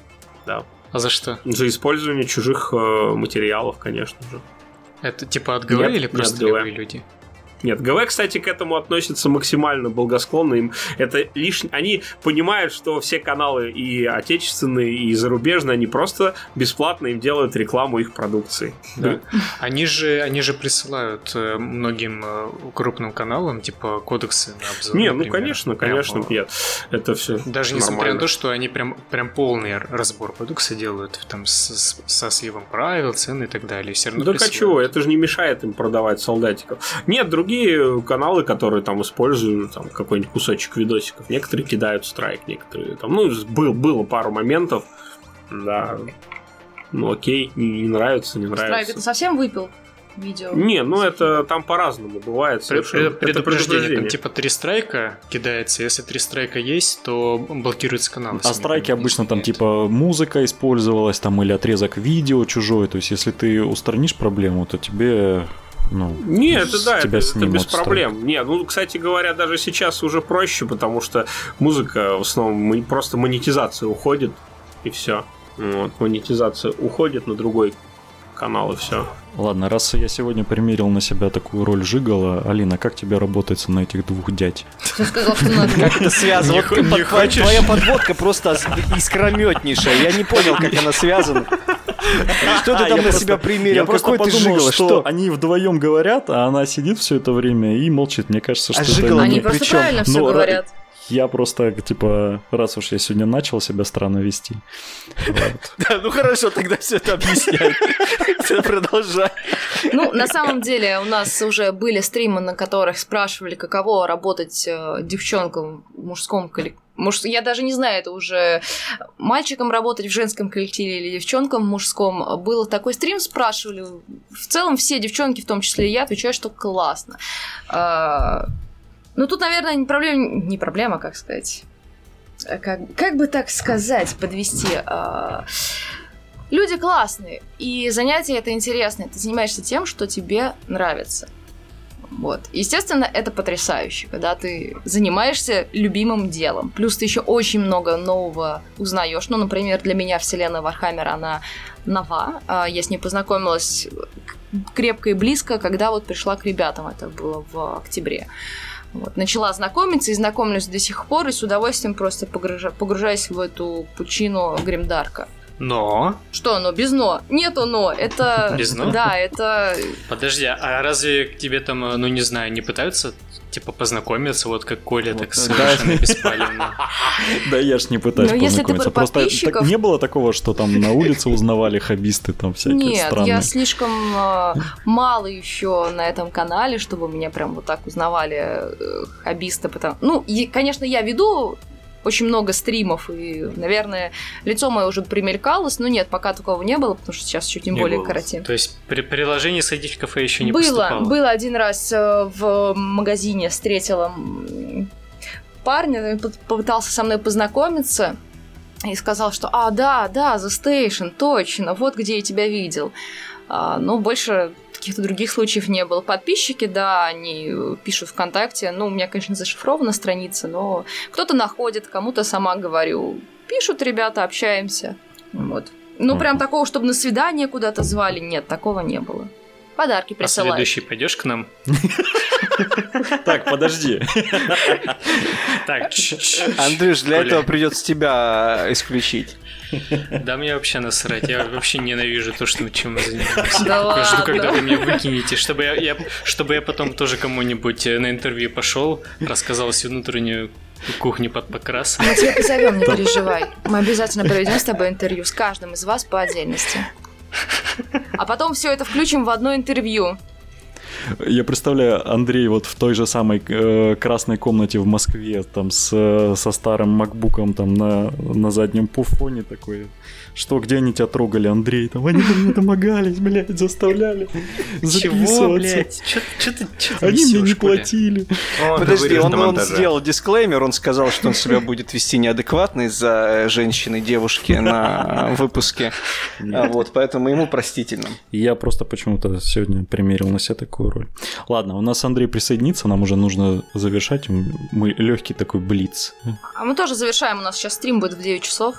Да. А за что? За использование чужих э, материалов, конечно же. Это типа от ГВ нет, или просто левые люди? Нет, ГВ, кстати, к этому относится максимально благосклонно. Им это лишь... Они понимают, что все каналы и отечественные, и зарубежные, они просто бесплатно им делают рекламу их продукции. Да. Они же, они же присылают многим крупным каналам, типа, кодексы на обзор. Не, например. ну, конечно, конечно, прям, нет. Это все даже нормально. Несмотря на то, что они прям, прям полный разбор продукции делают, там, с, со сливом правил, цены и так далее. Все равно да присылают. А чего? Это же не мешает им продавать солдатиков. Нет, другие Другие каналы, которые там используют там, какой-нибудь кусочек видосиков, некоторые кидают страйк, некоторые там, ну, был, было пару моментов, да, ну окей, не, не нравится, не нравится. Страйк, это совсем выпил видео? Не, ну это там по-разному бывает совершенно. Пред, предупреждение, это предупреждение, там типа три страйка кидается, если три страйка есть, то блокируется канал. А страйки обычно там типа музыка использовалась, там или отрезок видео чужой, то есть если ты устранишь проблему, то тебе... Ну, не, это да, это, это без страйк. проблем. Не, ну, кстати говоря, даже сейчас уже проще, потому что музыка в основном просто монетизация уходит, и все. Вот, монетизация уходит на другой канал, и все. Ладно, раз я сегодня примерил на себя такую роль жигала, Алина, как тебе работается на этих двух дядь? Ты сказал, что надо. Как это связано? Твоя подводка просто искрометнейшая. Я не понял, как она связана. Что ты там на себя примерил? Какой ты жигало? Что они вдвоем говорят, а она сидит все это время и молчит. Мне кажется, что это... Они просто правильно все говорят. Я просто, типа, раз уж я сегодня начал себя странно вести. Да, ну хорошо, тогда все это объясняет. Продолжай. Ну, на самом деле, у нас уже были стримы, на которых спрашивали, каково работать девчонкам в мужском коллективе. Может, я даже не знаю, это уже мальчикам работать в женском коллективе или девчонкам в мужском. Был такой стрим, спрашивали. В целом все девчонки, в том числе и я, отвечают, что классно. Ну, тут, наверное, не проблема, не проблема, как сказать. Как, как бы так сказать, подвести. Люди классные, и занятие это интересное. Ты занимаешься тем, что тебе нравится. Вот. Естественно, это потрясающе, когда ты занимаешься любимым делом. Плюс ты еще очень много нового узнаешь. Ну, например, для меня вселенная Вархаммера, она нова. Я с ней познакомилась крепко и близко, когда вот пришла к ребятам. Это было в октябре. Вот. Начала знакомиться и знакомлюсь до сих пор, и с удовольствием просто погружа... погружаюсь в эту пучину Гримдарка. Но? Что но? Без но. Нету но. Это... Без но? Да, это... Подожди, а разве к тебе там, ну не знаю, не пытаются типа познакомиться, вот как Коля, так совершенно беспалевно? Да я ж не пытаюсь познакомиться. Просто не было такого, что там на улице узнавали хоббисты там всякие странные? Нет, я слишком мало еще на этом канале, чтобы меня прям вот так узнавали хоббисты. Ну, конечно, я веду очень много стримов, и, наверное, лицо мое уже примелькалось, но нет, пока такого не было, потому что сейчас еще тем не более карантин. То есть при приложении сходить в кафе еще не было, поступало? Было один раз в магазине, встретила парня, попытался со мной познакомиться и сказал, что «А, да, да, The Station, точно, вот где я тебя видел». А, но больше каких-то других случаев не было. Подписчики, да, они пишут ВКонтакте. Ну, у меня, конечно, зашифрована страница, но кто-то находит, кому-то сама говорю. Пишут ребята, общаемся. Вот. Ну, mm-hmm. прям такого, чтобы на свидание куда-то звали, нет, такого не было. Подарки присылают. А следующий пойдешь к нам? Так, подожди. Так, Андрюш, для этого придется тебя исключить. Да мне вообще насрать, я вообще ненавижу то, что чем мы занимаемся. Да ладно. Жду, когда вы меня выкинете, чтобы я, я, чтобы я потом тоже кому-нибудь на интервью пошел, рассказал всю внутреннюю кухню под покрас. Мы тебя позовем, не переживай. Мы обязательно проведем с тобой интервью с каждым из вас по отдельности. А потом все это включим в одно интервью. Я представляю, Андрей вот в той же самой э, красной комнате в Москве, там с, со старым макбуком там на, на заднем пуфоне такой. Что, где они тебя трогали, Андрей? Там они мне домогались, блядь, заставляли записываться. Чего, блядь? Чё, чё ты, чё ты они несёшь, мне не платили. О, подожди, он, он сделал дисклеймер, он сказал, что он себя будет вести неадекватно из-за женщины, девушки на выпуске. Вот, поэтому ему простительно. Я просто почему-то сегодня примерил на себя такую роль. Ладно, у нас Андрей присоединится, нам уже нужно завершать. Мы легкий такой блиц. А мы тоже завершаем, у нас сейчас стрим будет в девять часов.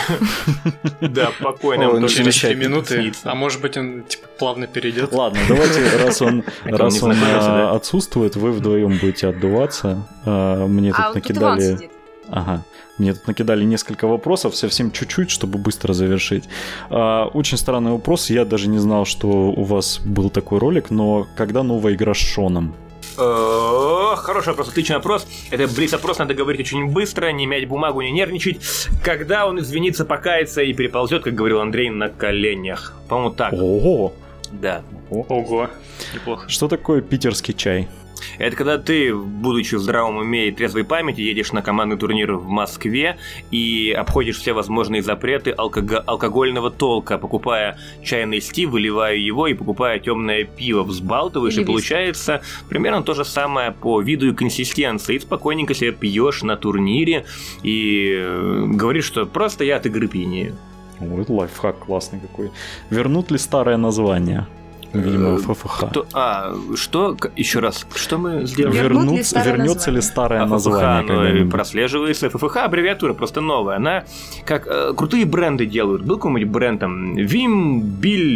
Да, спокойно. Он через три минуты, а может быть он типа плавно перейдет. Ладно, давайте, раз он, раз он а, отсутствует, вы вдвоем будете отдуваться. А, мне тут а накидали. Тут ага. Мне тут накидали несколько вопросов, совсем чуть-чуть, чтобы быстро завершить. А, очень странный вопрос. Я даже не знал, что у вас был такой ролик, но когда новая игра с Шоном? Хороший вопрос, отличный вопрос. Это блиц-опрос, надо говорить очень быстро, не мять бумагу, не нервничать. Когда он извинится, покается и переползет, как говорил Андрей, на коленях. По-моему, так. Ого! Да. Ого. Неплохо. Что такое питерский чай? Это когда ты, будучи в здравом уме и трезвой памяти, едешь на командный турнир в Москве и обходишь все возможные запреты алкого- алкогольного толка, покупая чай Нести, выливая его и покупая темное пиво, взбалтываешь, Или и получается примерно то же самое по виду и консистенции. И спокойненько себе пьешь на турнире и говоришь, что просто я от игры пьянею. Ой, это лайфхак классный какой. Вернут ли старое название? Видимо, ФФХ. Кто, а, что? Еще раз, что мы сделали? Вернут, ли вернется ли старое а название? ФФХ, ну, прослеживается. ФФХ аббревиатура просто новая. Она как э, крутые бренды делают. Был какой-нибудь бренд там Вим, Биль,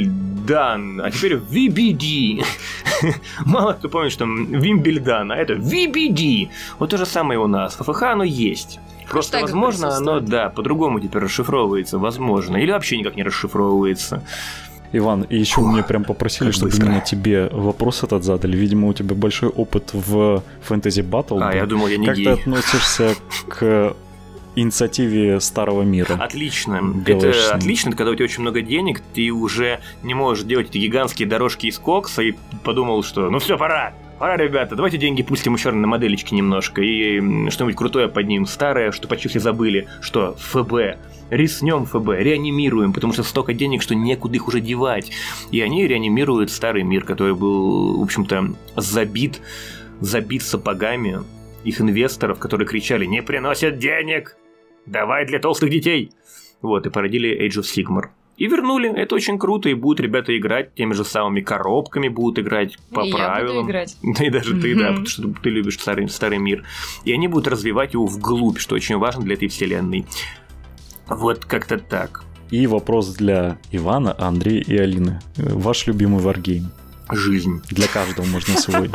Вимбельдан, а теперь ви би ди. Мало кто помнит, что Вимбельдан, а это ви би ди. Вот то же самое у нас. В ФФХ оно есть. Просто, так возможно, оно, да, по-другому теперь расшифровывается, возможно. Или вообще никак не расшифровывается. Иван, и еще мне прям попросили, как чтобы быстро. Именно тебе вопрос этот задали. Видимо, у тебя большой опыт в фэнтези баттл. А, я думал, я не как гей. Как ты относишься к инициативе Старого Мира? Отлично. Это отлично, когда у тебя очень много денег, ты уже не можешь делать эти гигантские дорожки из кокса и подумал, что ну все, пора. Пора, ребята, давайте деньги пустим еще на моделечки немножко и что-нибудь крутое поднимем. Старое, что почти все забыли, что ФБ. Риснем ФБ, реанимируем, потому что столько денег, что некуда их уже девать. И они реанимируют Старый Мир, который был, в общем-то, забит, забит сапогами их инвесторов, которые кричали «Не приносят денег! Давай для толстых детей!» Вот, и породили Age of Sigmar. И вернули, это очень круто, и будут ребята играть теми же самыми коробками, будут играть по и правилам. Я буду играть. Да и даже ты, да, потому что ты любишь старый, старый мир. И они будут развивать его вглубь, что очень важно для этой вселенной. Вот как-то так. И вопрос для Ивана, Андрея и Алины. Ваш любимый варгейм? Жизнь. Для каждого можно свой.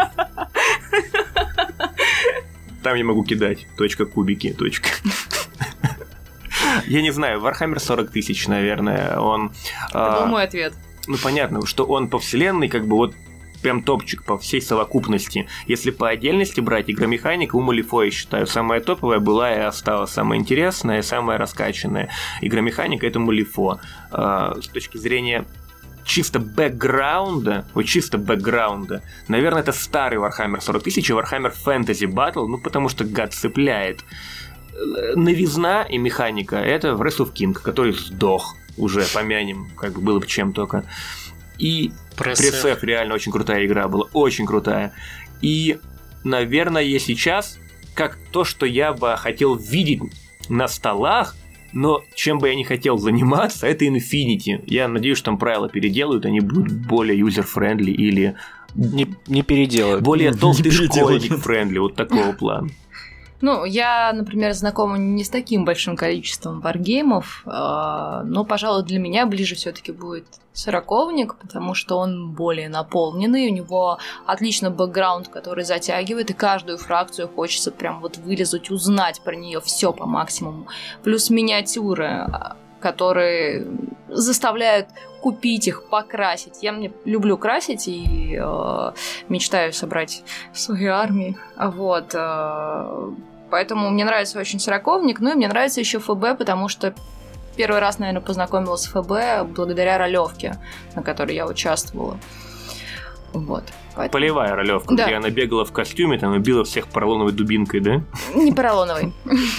Там я могу кидать. Точка, кубики, точка. Я не знаю, Warhammer сорок тысяч, наверное, он... Это был мой ответ. Ну, понятно, что он по вселенной как бы вот прям топчик по всей совокупности. Если по отдельности брать, игромеханика у Малифо, я считаю, самая топовая была и осталась, самая интересная и самая раскачанная. Игромеханика — это Малифо. А, с точки зрения чисто бэкграунда, вот чисто бэкграунда, наверное, это старый Warhammer сорок тысяч и Warhammer Fantasy Battle, ну, потому что гад цепляет. Новизна и механика — это Wrath of King, который сдох уже, помянем, как бы было бы чем только. И Пресс-Эф реально очень крутая игра была, очень крутая. И, наверное, сейчас, как то, что я бы хотел видеть на столах, но чем бы я не хотел заниматься, это Infinity. Я надеюсь, что там правила переделают, они будут более юзер-френдли или... Не, не переделают. Более толстый школьник-френдли, вот такого плана. Ну, я, например, знакома не с таким большим количеством варгеймов, но, пожалуй, для меня ближе все-таки будет сороковник, потому что он более наполненный, у него отличный бэкграунд, который затягивает, и каждую фракцию хочется прям вот вылезать, узнать про нее все по максимуму. Плюс миниатюры, которые заставляют купить их, покрасить. Я мне люблю красить и э, мечтаю собрать свои армии. Вот. Э, поэтому мне нравится очень сороковник. Ну и мне нравится еще ФБ, потому что первый раз, наверное, познакомилась с ФБ благодаря ролевке, на которой я участвовала. Вот. Поэтому... Полевая ролевка, да. Где она бегала в костюме там, и била всех поролоновой дубинкой, да? Не поролоновой.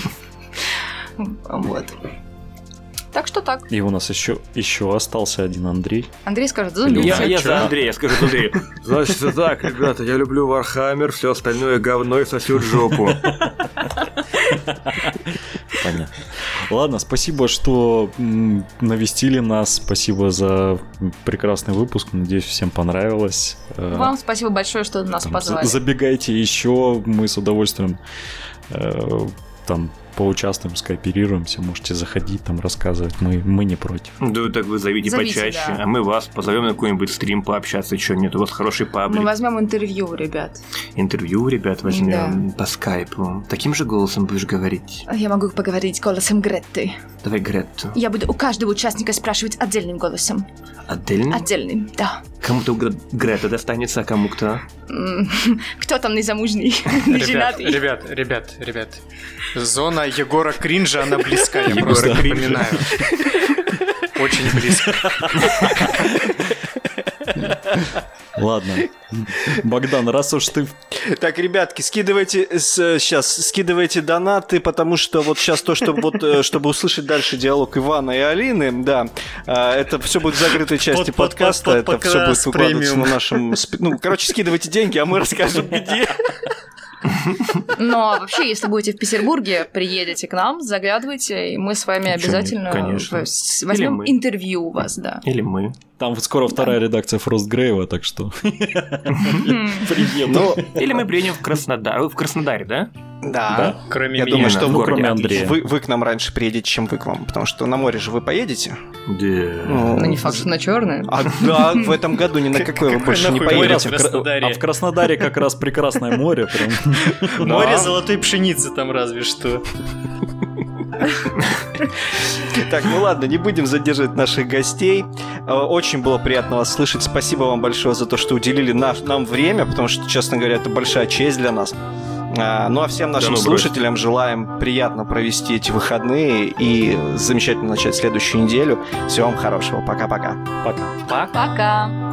Вот. Так что так. И у нас еще, еще остался один Андрей. Андрей скажет за Андрей. Я, я за Андрея, я скажу за Андрея. Значит, это так, ребята, я люблю Warhammer, все остальное говно и сосет жопу. Понятно. Ладно, спасибо, что навестили нас. Спасибо за прекрасный выпуск. Надеюсь, всем понравилось. Вам спасибо большое, что нас там, позвали. Забегайте еще, мы с удовольствием э, там поучаствуем, скооперируемся, можете заходить, там рассказывать, мы, мы не против. Да, так вы зовите, зовите почаще, да. А мы вас позовем на какой-нибудь стрим пообщаться, что нет, у вас хороший паблик. Мы возьмем интервью, ребят. Интервью, ребят, возьмем да. По скайпу. Таким же голосом будешь говорить? Я могу поговорить голосом Гретты. Давай Гретту. Я буду у каждого участника спрашивать отдельным голосом. Отдельным? Отдельным, да. Кому-то Грета достанется, а кому кто? Кто там незамужний, неженатый? Ребят, ребят, ребят. Зона Егора Кринжа, она близка, я просто напоминаю. Очень близко. Ладно. Богдан, раз уж ты... Так, ребятки, скидывайте с, сейчас, скидывайте донаты, потому что вот сейчас то, что, вот, чтобы услышать дальше диалог Ивана и Алины, да, это все будет в закрытой части под, подкаста, под, под, под, это все будет выкладываться на нашем... Ну, короче, скидывайте деньги, а мы расскажем, где... Но вообще, если будете в Петербурге, приедете к нам, заглядывайте, и мы с вами обязательно возьмем интервью у вас, да. Или мы. Там скоро вторая редакция Фростгрейва, так что приеду. Или мы приедем в Краснодар. Вы в Краснодаре, да? Да. Да? Кроме Я меня. думаю, что Ну, вы, кроме Андрея. Вы, вы к нам раньше приедете, чем вы к вам. Потому что на море же вы поедете. Да. Ну, Ну, не факт, что на черное. А да, в этом году ни на какой вы больше не нахуй море поедете. в Краснодаре? А в Краснодаре как раз прекрасное море. Прям. Море золотой пшеницы там разве что. Так, ну ладно, не будем задерживать наших гостей. Э, Очень было приятно вас слышать. Спасибо вам большое за то, что уделили наш- нам время, потому что, честно говоря, это большая честь для нас. А, Ну а всем нашим ну, брось. слушателям желаем приятно провести эти выходные и замечательно начать следующую неделю. Всего вам хорошего. Пока-пока. Пока. Пока.